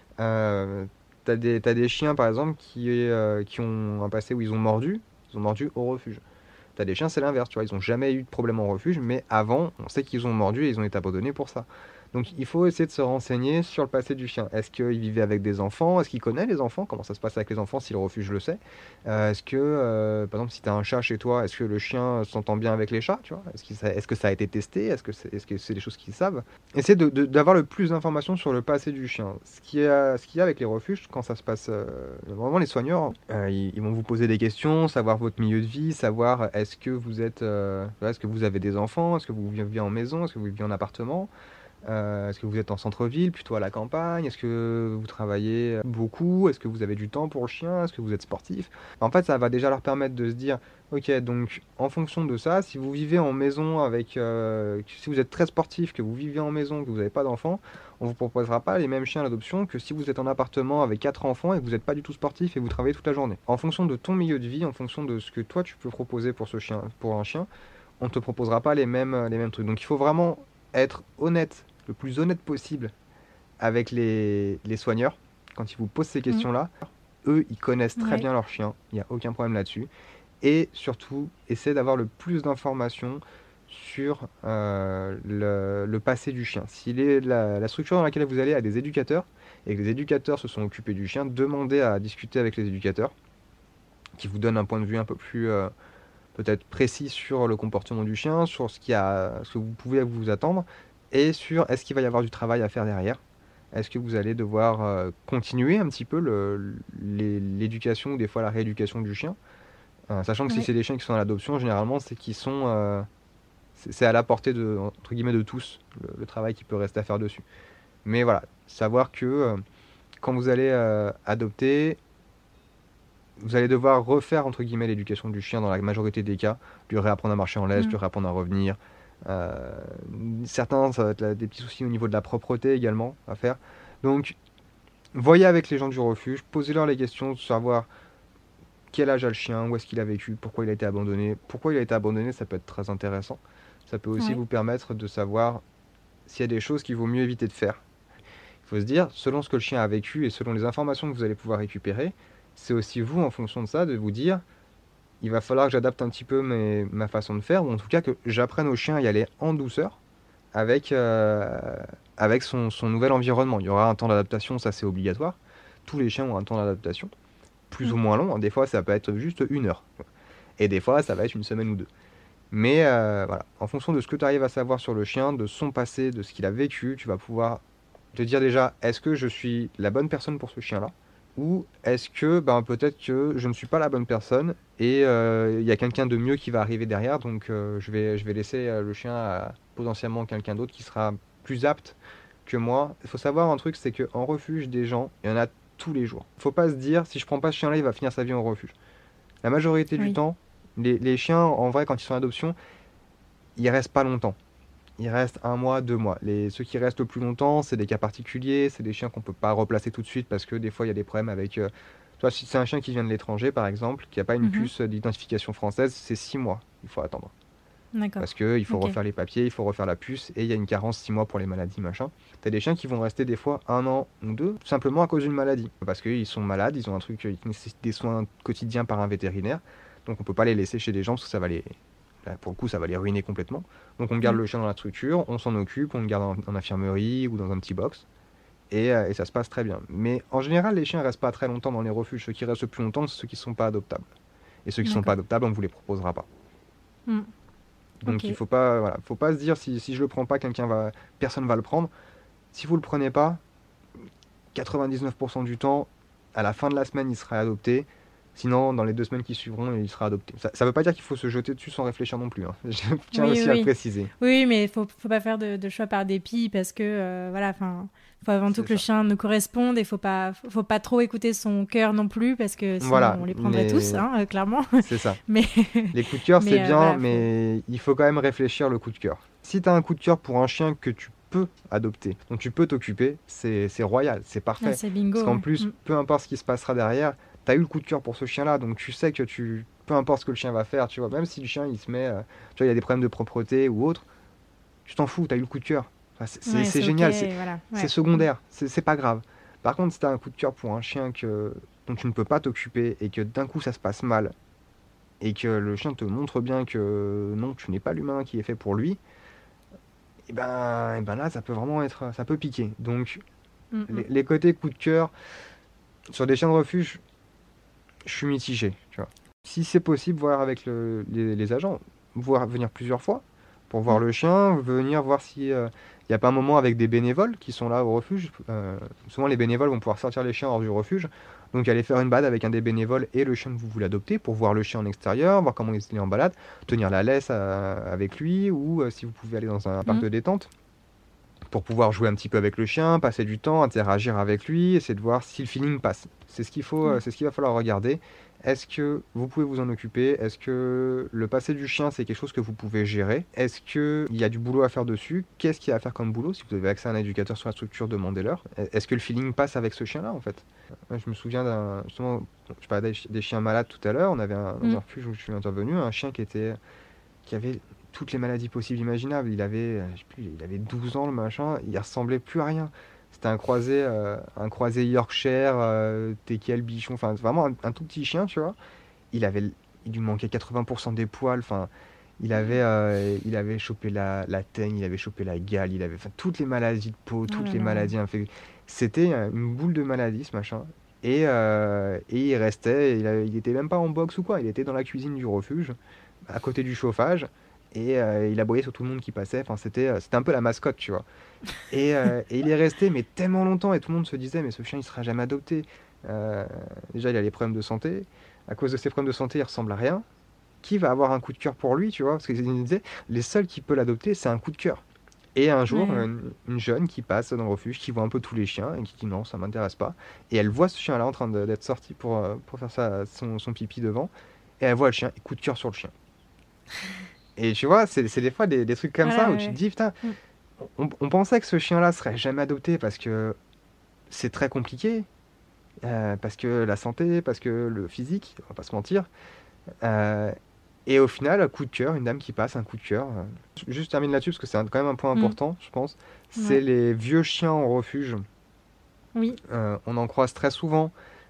[SPEAKER 2] Euh, t'as des, t'as des chiens, par exemple, qui, euh, qui ont un passé où ils ont mordu. Ils ont mordu au refuge. T'as des chiens, c'est l'inverse, tu vois. Ils n'ont jamais eu de problème en refuge, mais avant, on sait qu'ils ont mordu et ils ont été abandonnés pour ça. Donc il faut essayer de se renseigner sur le passé du chien. Est-ce qu'il vivait avec des enfants? Est-ce qu'il connaît les enfants? Comment ça se passe avec les enfants si le refuge le sait? Euh, est-ce que, euh, par exemple, si tu as un chat chez toi, est-ce que le chien s'entend bien avec les chats, tu vois? Est-ce qu'il sa- est-ce que ça a été testé? Est-ce que c'est, est-ce que c'est des choses qu'ils savent? Essayer de- de- d'avoir le plus d'informations sur le passé du chien. Ce qu'il y a, ce qu'il y a avec les refuges, quand ça se passe, euh, vraiment les soigneurs, euh, ils, ils vont vous poser des questions, savoir votre milieu de vie, savoir est-ce que vous êtes, euh, est-ce que vous avez des enfants, est-ce que vous vivez en maison, est-ce que vous vivez en appartement. Euh, est-ce que vous êtes en centre-ville, plutôt à la campagne? Est-ce que vous travaillez beaucoup? Est-ce que vous avez du temps pour le chien? Est-ce que vous êtes sportif? En fait, ça va déjà leur permettre de se dire, ok, donc en fonction de ça, si vous vivez en maison avec, euh, si vous êtes très sportif, que vous vivez en maison, que vous n'avez pas d'enfants, on vous proposera pas les mêmes chiens à l'adoption que si vous êtes en appartement avec quatre enfants et que vous n'êtes pas du tout sportif et vous travaillez toute la journée. En fonction de ton milieu de vie, en fonction de ce que toi tu peux proposer pour ce chien, pour un chien, on ne te proposera pas les mêmes, les mêmes trucs. Donc il faut vraiment être honnête, le plus honnête possible avec les, les soigneurs quand ils vous posent ces
[SPEAKER 1] Mhm.
[SPEAKER 2] questions-là. Eux, ils connaissent très
[SPEAKER 1] Ouais.
[SPEAKER 2] bien leur chien, il n'y a aucun problème là-dessus. Et surtout, essaie d'avoir le plus d'informations sur euh, le, le passé du chien. Si les- la, la structure dans laquelle vous allez a des éducateurs et que les éducateurs se sont occupés du chien, demandez à discuter avec les éducateurs qui vous donnent un point de vue un peu plus euh, peut-être précis sur le comportement du chien, sur ce, qui a, ce que vous pouvez vous attendre et sur est-ce qu'il va y avoir du travail à faire derrière. Est-ce que vous allez devoir euh, continuer un petit peu le- les- l'éducation ou des fois la rééducation du chien. Euh, sachant que si
[SPEAKER 1] Ouais.
[SPEAKER 2] c'est des chiens qui sont à l'adoption, généralement c'est qu'ils sont euh, c'est c'est à la portée de, entre guillemets, de tous, le, le travail qui peut rester à faire dessus. Mais voilà, savoir que euh, quand vous allez euh, adopter, vous allez devoir refaire entre guillemets l'éducation du chien dans la majorité des cas, lui réapprendre à marcher en laisse,
[SPEAKER 1] Mhm.
[SPEAKER 2] lui réapprendre à revenir. Euh, Certains, ça va être là, des petits soucis au niveau de la propreté également à faire. Donc, voyez avec les gens du refuge, posez-leur les questions de savoir quel âge a le chien, où est-ce qu'il a vécu, pourquoi il a été abandonné. Pourquoi il a été abandonné, ça peut être très intéressant. Ça peut aussi
[SPEAKER 1] Ouais.
[SPEAKER 2] vous permettre de savoir s'il y a des choses qu'il vaut mieux éviter de faire. Il faut se dire, selon ce que le chien a vécu et selon les informations que vous allez pouvoir récupérer, c'est aussi vous, en fonction de ça, de vous dire, il va falloir que j'adapte un petit peu mes- ma façon de faire, ou en tout cas que j'apprenne au chien à y aller en douceur avec, euh, avec son, son nouvel environnement. Il y aura un temps d'adaptation, ça c'est obligatoire. Tous les chiens ont un temps d'adaptation, plus ou
[SPEAKER 1] Mhm.
[SPEAKER 2] moins long. Des fois, ça peut être juste une heure. Et des fois, ça va être une semaine ou deux. Mais euh, voilà, en fonction de ce que tu arrives à savoir sur le chien, de son passé, de ce qu'il a vécu, tu vas pouvoir te dire déjà, est-ce que je suis la bonne personne pour ce chien-là? Ou est-ce que ben, peut-être que je ne suis pas la bonne personne et euh, il y a quelqu'un de mieux qui va arriver derrière, donc euh, je vais, je vais laisser euh, le chien à potentiellement quelqu'un d'autre qui sera plus apte que moi. Il faut savoir un truc, c'est qu'en refuge, des gens, il y en a tous les jours. Il ne faut pas se dire, si je prends pas ce chien-là, il va finir sa vie en refuge. La majorité du
[SPEAKER 1] Oui.
[SPEAKER 2] temps, les, les chiens, en vrai, quand ils sont en adoption, ils restent pas longtemps. Ils restent un mois, deux mois. Les, ceux qui restent le plus longtemps, c'est des cas particuliers, c'est des chiens qu'on peut pas replacer tout de suite parce que des fois il y a des problèmes avec. Euh, toi, si c'est un chien qui vient de l'étranger, par exemple, qui n'a pas une
[SPEAKER 1] Mhm.
[SPEAKER 2] puce d'identification française, c'est six mois. Il faut attendre
[SPEAKER 1] D'accord.
[SPEAKER 2] parce que il faut
[SPEAKER 1] Ok.
[SPEAKER 2] refaire les papiers, il faut refaire la puce et il y a une carence six mois pour les maladies, machin. T'as des chiens qui vont rester des fois un an ou deux, tout simplement à cause d'une maladie, parce qu'ils sont malades, ils ont un truc qui nécessite des soins quotidiens par un vétérinaire, donc on peut pas les laisser chez des gens parce que ça va les Là, pour le coup, ça va les ruiner complètement. Donc on garde
[SPEAKER 1] Mhm.
[SPEAKER 2] le chien dans la structure, on s'en occupe, on le garde en, en infirmerie ou dans un petit box. Et, euh, et ça se passe très bien. Mais en général, les chiens restent pas très longtemps dans les refuges. Ceux qui restent le plus longtemps, c'est ceux qui ne sont pas adoptables. Et ceux qui ne sont pas
[SPEAKER 1] D'accord.
[SPEAKER 2] adoptables, on ne vous les proposera pas.
[SPEAKER 1] Mhm.
[SPEAKER 2] Donc
[SPEAKER 1] Ok.
[SPEAKER 2] il faut pas, voilà, faut pas se dire si, si je le prends pas, quelqu'un va, personne va le prendre. Si vous le prenez pas, quatre-vingt-dix-neuf pour cent du temps, à la fin de la semaine, il sera adopté. Sinon, dans les deux semaines qui suivront, il sera adopté. Ça ne veut pas dire qu'il faut se jeter dessus sans réfléchir non plus, hein. Je tiens
[SPEAKER 1] Oui,
[SPEAKER 2] aussi
[SPEAKER 1] oui,
[SPEAKER 2] à le
[SPEAKER 1] oui.
[SPEAKER 2] préciser.
[SPEAKER 1] Oui, mais il faut, faut pas faire de, de choix par dépit parce que, euh, voilà, enfin, faut avant tout
[SPEAKER 2] C'est
[SPEAKER 1] que le
[SPEAKER 2] ça.
[SPEAKER 1] chien nous corresponde et faut pas, faut pas trop écouter son cœur non plus parce que sinon
[SPEAKER 2] Voilà,
[SPEAKER 1] on les prendrait tous,
[SPEAKER 2] mais
[SPEAKER 1] hein, euh, clairement.
[SPEAKER 2] c'est ça.
[SPEAKER 1] Mais,
[SPEAKER 2] Les coups de cœur, c'est
[SPEAKER 1] mais euh,
[SPEAKER 2] bien,
[SPEAKER 1] voilà, faut...
[SPEAKER 2] mais il faut quand même réfléchir le coup de cœur. Si tu as un coup de cœur pour un chien que tu peux adopter, dont tu peux t'occuper, c'est, c'est royal, c'est parfait.
[SPEAKER 1] Ah, c'est bingo.
[SPEAKER 2] Parce qu'en
[SPEAKER 1] Ouais.
[SPEAKER 2] plus,
[SPEAKER 1] Mm.
[SPEAKER 2] peu importe ce qui se passera derrière, tu as eu le coup de cœur pour ce chien-là, donc tu sais que tu, peu importe ce que le chien va faire, tu vois, même si le chien il se met, euh, tu vois, il y a des problèmes de propreté ou autre, tu t'en fous, tu as eu le coup de cœur. Enfin, c'est, c'est,
[SPEAKER 1] Ouais,
[SPEAKER 2] c'est
[SPEAKER 1] c'est
[SPEAKER 2] génial,
[SPEAKER 1] ok,
[SPEAKER 2] c'est,
[SPEAKER 1] voilà.
[SPEAKER 2] c'est
[SPEAKER 1] Ouais.
[SPEAKER 2] secondaire, c'est, c'est pas grave. Par contre, si tu as un coup de cœur pour un chien que, dont tu ne peux pas t'occuper et que d'un coup ça se passe mal, et que le chien te montre bien que non, tu n'es pas l'humain qui est fait pour lui, et ben, et ben là, ça peut vraiment être, ça peut piquer. Donc,
[SPEAKER 1] Mm, mm.
[SPEAKER 2] les, les côtés coup de cœur, sur des chiens de refuge, je suis mitigé, tu vois. Si c'est possible, voir avec le- les, les agents, voir venir plusieurs fois pour voir
[SPEAKER 1] Mm.
[SPEAKER 2] le chien, venir voir si il n'y a pas un moment avec des bénévoles qui sont là au refuge. Euh, souvent, les bénévoles vont pouvoir sortir les chiens hors du refuge. Donc, aller faire une balade avec un des bénévoles et le chien que vous voulez adopter pour voir le chien en extérieur, voir comment il est en balade, tenir la laisse euh, avec lui, ou euh, si vous pouvez aller dans un parc
[SPEAKER 1] Mm.
[SPEAKER 2] de détente pour pouvoir jouer un petit peu avec le chien, passer du temps, interagir avec lui, essayer de voir si le feeling passe. C'est ce qu'il faut, euh,
[SPEAKER 1] Ouais.
[SPEAKER 2] c'est ce qu'il va falloir regarder. Est-ce que vous pouvez vous en occuper? Est-ce que le passé du chien, c'est quelque chose que vous pouvez gérer? Est-ce qu'il y a du boulot à faire dessus? Qu'est-ce qu'il y a à faire comme boulot? Si vous avez accès à un éducateur sur la structure, demandez-leur. Est-ce que le feeling passe avec ce chien-là, en fait? Moi, je me souviens d'un... Justement, je parlais des chi- des chiens malades tout à l'heure. On avait un, dans
[SPEAKER 1] Mm.
[SPEAKER 2] un refuge où je suis intervenu, un chien qui était qui avait toutes les maladies possibles imaginables. Il avait, euh, je sais plus, il avait douze ans, le machin, il ressemblait plus à rien. C'était un croisé, euh, un croisé Yorkshire, euh, teckel, bichon, enfin vraiment un, un tout petit chien, tu vois. Il avait, il lui manquait quatre-vingts pour cent des poils, enfin, il avait, euh, il avait chopé la, la teigne, il avait chopé la gale, il avait, enfin, toutes les maladies de peau,
[SPEAKER 1] Oh
[SPEAKER 2] toutes
[SPEAKER 1] là
[SPEAKER 2] les
[SPEAKER 1] là.
[SPEAKER 2] maladies infectieuses. C'était euh, une boule de maladie, ce machin. Et, euh, et il restait, il, avait- il était même pas en boxe ou quoi, il était dans la cuisine du refuge, à côté du chauffage, et euh, il aboyait sur tout le monde qui passait. Enfin, c'était, euh, c'était un peu la mascotte, tu vois. Et, euh, et il est resté, mais tellement longtemps, et tout le monde se disait, mais ce chien, il sera jamais adopté. Euh, déjà, il a les problèmes de santé. À cause de ses problèmes de santé, il ressemble à rien. Qui va avoir un coup de cœur pour lui, tu vois? Parce qu'il disait, les seuls qui peuvent l'adopter, c'est un coup de cœur. Et un jour,
[SPEAKER 1] Ouais.
[SPEAKER 2] une, une jeune qui passe dans le refuge, qui voit un peu tous les chiens, et qui dit non, ça m'intéresse pas. Et elle voit ce chien-là en train de- d'être sorti pour, euh, pour faire sa, son, son pipi devant. Et elle voit le chien, et coup de cœur sur le chien. Et tu vois, c'est c'est des fois des, des trucs comme ça
[SPEAKER 1] Voilà,
[SPEAKER 2] où tu te
[SPEAKER 1] ouais.
[SPEAKER 2] dis, putain,
[SPEAKER 1] Mm.
[SPEAKER 2] on, on pensait que ce chien-là serait jamais adopté parce que c'est très compliqué, euh, parce que la santé, parce que le physique, on va pas se mentir. Euh, et au final, un coup de cœur, une dame qui passe, un coup de cœur. euh. Juste termine là-dessus parce que c'est un- quand même un point
[SPEAKER 1] Mm.
[SPEAKER 2] important, je pense. C'est
[SPEAKER 1] Ouais.
[SPEAKER 2] les vieux chiens en refuge.
[SPEAKER 1] Oui.
[SPEAKER 2] Euh, on en croise très souvent.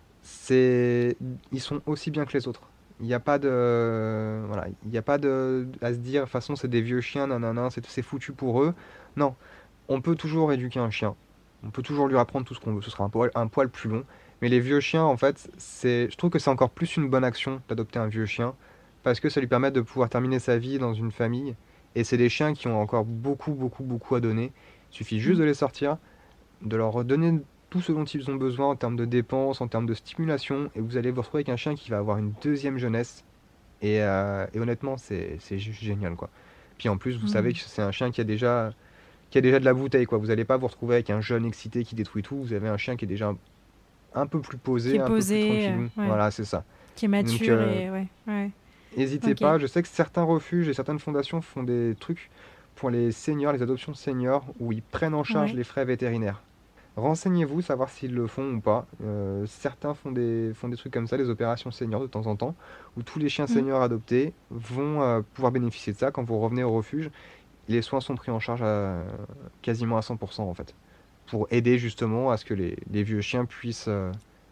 [SPEAKER 2] C'est, ils sont aussi bien que les autres. Il n'y a pas de, voilà, il n'y a pas de à se dire, de toute façon, c'est des vieux chiens, nanana, c'est c'est foutu pour eux. Non, on peut toujours éduquer un chien. On peut toujours lui apprendre tout ce qu'on veut. Ce sera un poil, un poil plus long. Mais les vieux chiens, en fait, c'est, je trouve que c'est encore plus une bonne action d'adopter un vieux chien parce que ça lui permet de pouvoir terminer sa vie dans une famille. Et c'est des chiens qui ont encore beaucoup, beaucoup, beaucoup à donner. Il suffit juste
[SPEAKER 1] Mm.
[SPEAKER 2] de les sortir, de leur redonner tout ce dont ils ont besoin en termes de dépenses, en termes de stimulation, et vous allez vous retrouver avec un chien qui va avoir une deuxième jeunesse. Et, euh, et honnêtement, c'est c'est juste génial, quoi. Puis en plus, vous savez
[SPEAKER 1] Mm.
[SPEAKER 2] que c'est un chien qui a déjà, qui a déjà de la bouteille, quoi. Vous n'allez pas vous retrouver avec un jeune excité qui détruit tout. Vous avez un chien qui est déjà un, un peu plus
[SPEAKER 1] Qui
[SPEAKER 2] posé,
[SPEAKER 1] est
[SPEAKER 2] un peu plus
[SPEAKER 1] posé, euh,
[SPEAKER 2] tranquillou.
[SPEAKER 1] ouais.
[SPEAKER 2] Voilà, c'est ça.
[SPEAKER 1] Qui est
[SPEAKER 2] Donc,
[SPEAKER 1] mature
[SPEAKER 2] euh,
[SPEAKER 1] et ouais. Ouais.
[SPEAKER 2] n'hésitez
[SPEAKER 1] Ok.
[SPEAKER 2] pas. Je sais que certains refuges et certaines fondations font des trucs pour les seniors, les adoptions seniors, où ils prennent en charge
[SPEAKER 1] Ouais.
[SPEAKER 2] les frais vétérinaires. Renseignez-vous, savoir s'ils le font ou pas. Euh, certains font des, font des trucs comme ça, des opérations seniors de temps en temps, où tous les chiens
[SPEAKER 1] Mm.
[SPEAKER 2] seniors adoptés vont euh, pouvoir bénéficier de ça quand vous revenez au refuge. Les soins sont pris en charge à, quasiment à cent pour cent en fait, pour aider justement à ce que les, les vieux chiens puissent euh,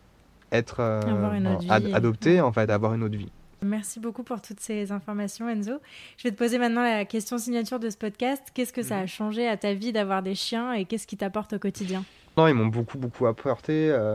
[SPEAKER 2] être euh,
[SPEAKER 1] Avoir une
[SPEAKER 2] ben,
[SPEAKER 1] autre
[SPEAKER 2] ad-
[SPEAKER 1] vie. et-
[SPEAKER 2] adoptés
[SPEAKER 1] Ouais.
[SPEAKER 2] en fait, avoir une autre vie.
[SPEAKER 1] Merci beaucoup pour toutes ces informations, Enzo. Je vais te poser maintenant la question signature de ce podcast. Qu'est-ce que ça a
[SPEAKER 2] Mhm.
[SPEAKER 1] changé à ta vie d'avoir des chiens et qu'est-ce qui t'apporte au quotidien?
[SPEAKER 2] Non, ils m'ont beaucoup beaucoup apporté. euh,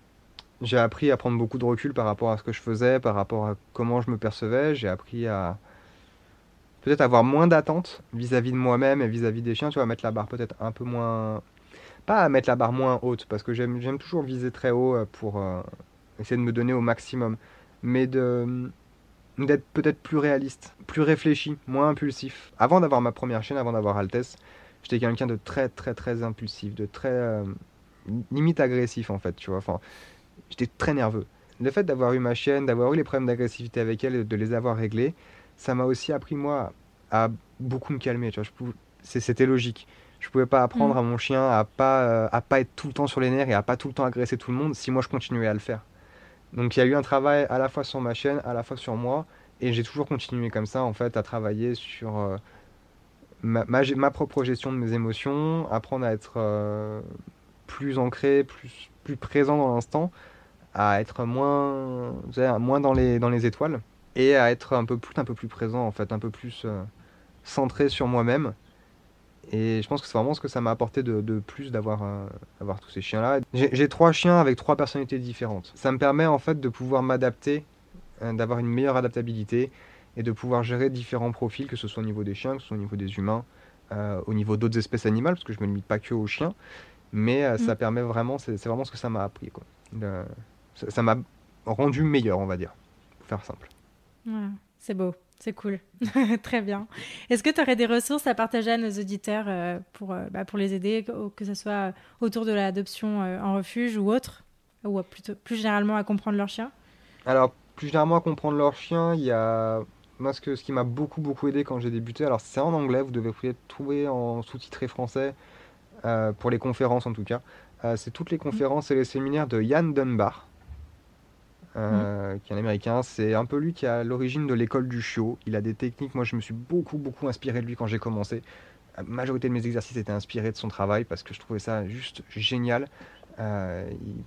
[SPEAKER 2] j'ai appris à prendre beaucoup de recul par rapport à ce que je faisais, par rapport à comment je me percevais. J'ai appris à peut-être avoir moins d'attentes vis-à-vis de moi-même et vis-à-vis des chiens, tu vois, mettre la barre peut-être un peu moins... Pas à mettre la barre moins haute, parce que j'aime, j'aime toujours viser très haut euh, pour euh, essayer de me donner au maximum, mais de, d'être peut-être plus réaliste, plus réfléchi, moins impulsif. Avant d'avoir ma première chienne, avant d'avoir Altesse, j'étais quelqu'un de très très très impulsif, de très... euh, limite agressif en fait, tu vois, enfin, j'étais très nerveux. Le fait d'avoir eu ma chienne, d'avoir eu les problèmes d'agressivité avec elle, de les avoir réglés, ça m'a aussi appris moi à beaucoup me calmer. Tu vois. Je, pou- c'était logique. Je pouvais pas apprendre
[SPEAKER 1] Mmh.
[SPEAKER 2] à mon chien à pas, euh, à pas être tout le temps sur les nerfs et à pas tout le temps agresser tout le monde si moi je continuais à le faire. Donc il y a eu un travail à la fois sur ma chienne, à la fois sur moi, et j'ai toujours continué comme ça en fait à travailler sur euh, ma, ma, gé- ma propre gestion de mes émotions, apprendre à être euh, plus ancré, plus, plus présent dans l'instant, à être moins, vous savez, moins dans les, dans les étoiles, et à être un peu plus, un peu plus présent en fait, un peu plus euh, centré sur moi-même. Et je pense que c'est vraiment ce que ça m'a apporté de, de plus d'avoir euh, d'avoir tous ces chiens-là. J'ai j'ai trois chiens avec trois personnalités différentes. Ça me permet en fait de pouvoir m'adapter, euh, d'avoir une meilleure adaptabilité et de pouvoir gérer différents profils, que ce soit au niveau des chiens, que ce soit au niveau des humains, euh, au niveau d'autres espèces animales, parce que je me limite pas que aux chiens. Mais euh, ça
[SPEAKER 1] Mmh.
[SPEAKER 2] permet vraiment, c'est c'est vraiment ce que ça m'a appris, quoi. Le- ça ça m'a rendu meilleur, on va dire, pour faire simple.
[SPEAKER 1] Ouais, c'est beau, c'est cool. Très bien. Est-ce que tu aurais des ressources à partager à nos auditeurs euh, pour, euh, bah, pour les aider, que, que ce soit autour de l'adoption euh, en refuge ou autre, ou euh, plutôt, plus généralement à comprendre leur chien?
[SPEAKER 2] Alors, plus généralement, à comprendre leur chien, il y a. Moi, ce, que, ce qui m'a beaucoup, beaucoup aidé quand j'ai débuté, alors c'est en anglais, vous devez pouvoir trouver en sous-titré français, euh, pour les conférences en tout cas. Euh, c'est toutes les
[SPEAKER 1] Mmh.
[SPEAKER 2] conférences et les séminaires de Ian Dunbar,
[SPEAKER 1] Mmh.
[SPEAKER 2] euh, qui est un américain. C'est un peu lui qui est à l'origine de l'école du chiot. Il a des techniques, moi je me suis beaucoup, beaucoup inspiré de lui quand j'ai commencé. La majorité de mes exercices étaient inspirés de son travail parce que je trouvais ça juste génial. Euh, il-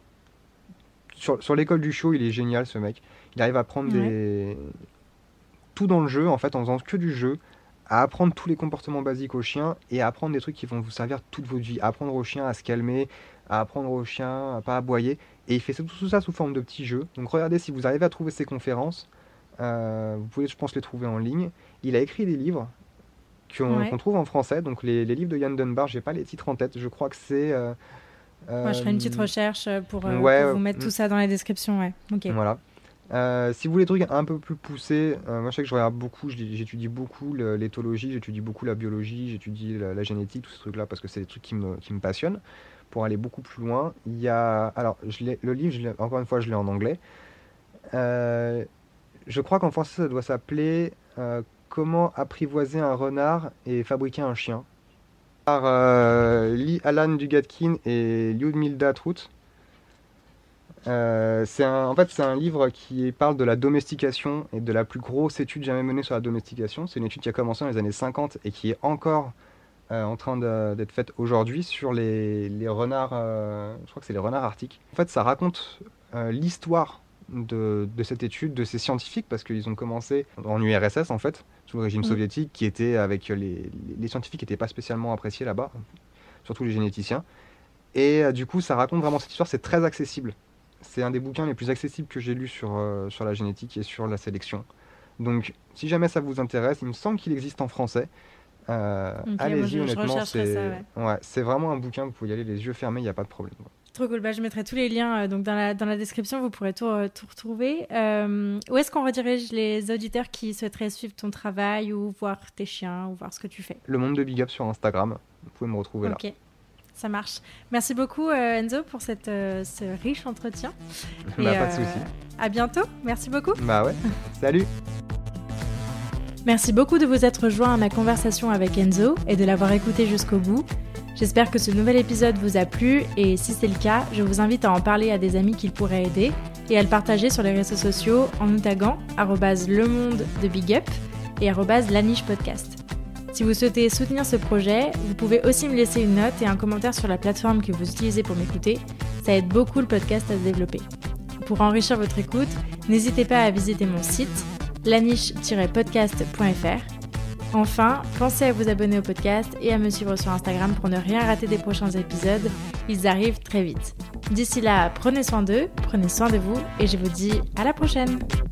[SPEAKER 2] Sur, sur l'école du chiot, il est génial ce mec. Il arrive à prendre
[SPEAKER 1] Ouais.
[SPEAKER 2] des tout dans le jeu, en fait, en faisant que du jeu, à apprendre tous les comportements basiques aux chiens et à apprendre des trucs qui vont vous servir toute votre vie. À apprendre aux chiens à se calmer, à apprendre aux chiens à pas aboyer. Et il fait tout, tout ça sous forme de petits jeux. Donc regardez, si vous arrivez à trouver ces conférences, euh, vous pouvez, je pense, les trouver en ligne. Il a écrit des livres qu'on qu'on
[SPEAKER 1] Ouais.
[SPEAKER 2] trouve en français. Donc les, les livres de Yann Dunbar, j'ai pas les titres en tête. Je crois que c'est... euh,
[SPEAKER 1] Moi, je ferai une petite
[SPEAKER 2] euh,
[SPEAKER 1] recherche euh, pour, euh,
[SPEAKER 2] ouais,
[SPEAKER 1] pour
[SPEAKER 2] euh,
[SPEAKER 1] vous mettre
[SPEAKER 2] mm,
[SPEAKER 1] tout ça dans la description. Ouais. Ok.
[SPEAKER 2] voilà. Euh, si vous voulez des trucs un peu plus poussés, euh, moi je sais que je regarde beaucoup, je lis- j'étudie beaucoup le- l'éthologie, j'étudie beaucoup la biologie, j'étudie la, la génétique, tous ces trucs-là, parce que c'est des trucs qui me, qui me passionnent. Pour aller beaucoup plus loin, il y a... Alors, je l'ai- le livre, je l'ai- encore une fois, je l'ai en anglais. Euh, je crois qu'en français, ça doit s'appeler euh, Comment apprivoiser un renard et fabriquer un chien. Par euh, Lee Alan Dugatkin et Lyudmilda Trout. Euh, c'est un, en fait, c'est un livre qui parle de la domestication et de la plus grosse étude jamais menée sur la domestication. C'est une étude qui a commencé dans les années cinquante et qui est encore euh, en train de- d'être faite aujourd'hui sur les, les renards, euh, je crois que c'est les renards arctiques. En fait, ça raconte euh, l'histoire de, de cette étude, de ces scientifiques, parce qu'ils ont commencé en U R S S, en fait, sous le régime
[SPEAKER 1] Mm.
[SPEAKER 2] soviétique, qui était avec les, les, les scientifiques qui n'étaient pas spécialement appréciés là-bas, surtout les généticiens. Et euh, du coup, ça raconte vraiment cette histoire, c'est très accessible. C'est un des bouquins les plus accessibles que j'ai lu sur, euh, sur la génétique et sur la sélection. Donc, si jamais ça vous intéresse, il me semble qu'il existe en français. Euh,
[SPEAKER 1] Ok, moi,
[SPEAKER 2] allez-y,
[SPEAKER 1] je, je
[SPEAKER 2] honnêtement,
[SPEAKER 1] rechercherai ça.
[SPEAKER 2] c'est
[SPEAKER 1] Ouais.
[SPEAKER 2] ouais, c'est vraiment un bouquin, vous pouvez y aller les yeux fermés, il n'y a pas de problème.
[SPEAKER 1] Trop cool. Bah, je mettrai tous les liens euh, donc dans la, dans la description. Vous pourrez tout, euh, tout retrouver. Euh, où est-ce qu'on redirige les auditeurs qui souhaiteraient suivre ton travail ou voir tes chiens ou voir ce que tu fais?
[SPEAKER 2] Le monde de Big Up sur Instagram, vous pouvez me retrouver là.
[SPEAKER 1] Ok, ça marche. Merci beaucoup euh, Enzo pour cette, euh, ce riche entretien.
[SPEAKER 2] Bah,
[SPEAKER 1] Et,
[SPEAKER 2] pas de
[SPEAKER 1] euh,
[SPEAKER 2] souci.
[SPEAKER 1] À bientôt. Merci beaucoup.
[SPEAKER 2] Bah ouais, salut.
[SPEAKER 1] Merci beaucoup de vous être joint à ma conversation avec Enzo et de l'avoir écouté jusqu'au bout. J'espère que ce nouvel épisode vous a plu et si c'est le cas, je vous invite à en parler à des amis qu'il pourrait aider et à le partager sur les réseaux sociaux en nous taguant arobase le monde de Big Up et arobase la niche podcast. Si vous souhaitez soutenir ce projet, vous pouvez aussi me laisser une note et un commentaire sur la plateforme que vous utilisez pour m'écouter. Ça aide beaucoup le podcast à se développer. Pour enrichir votre écoute, n'hésitez pas à visiter mon site laniche tiret podcast point f r. Enfin, pensez à vous abonner au podcast et à me suivre sur Instagram pour ne rien rater des prochains épisodes. Ils arrivent très vite. D'ici là, prenez soin d'eux, prenez soin de vous et je vous dis à la prochaine.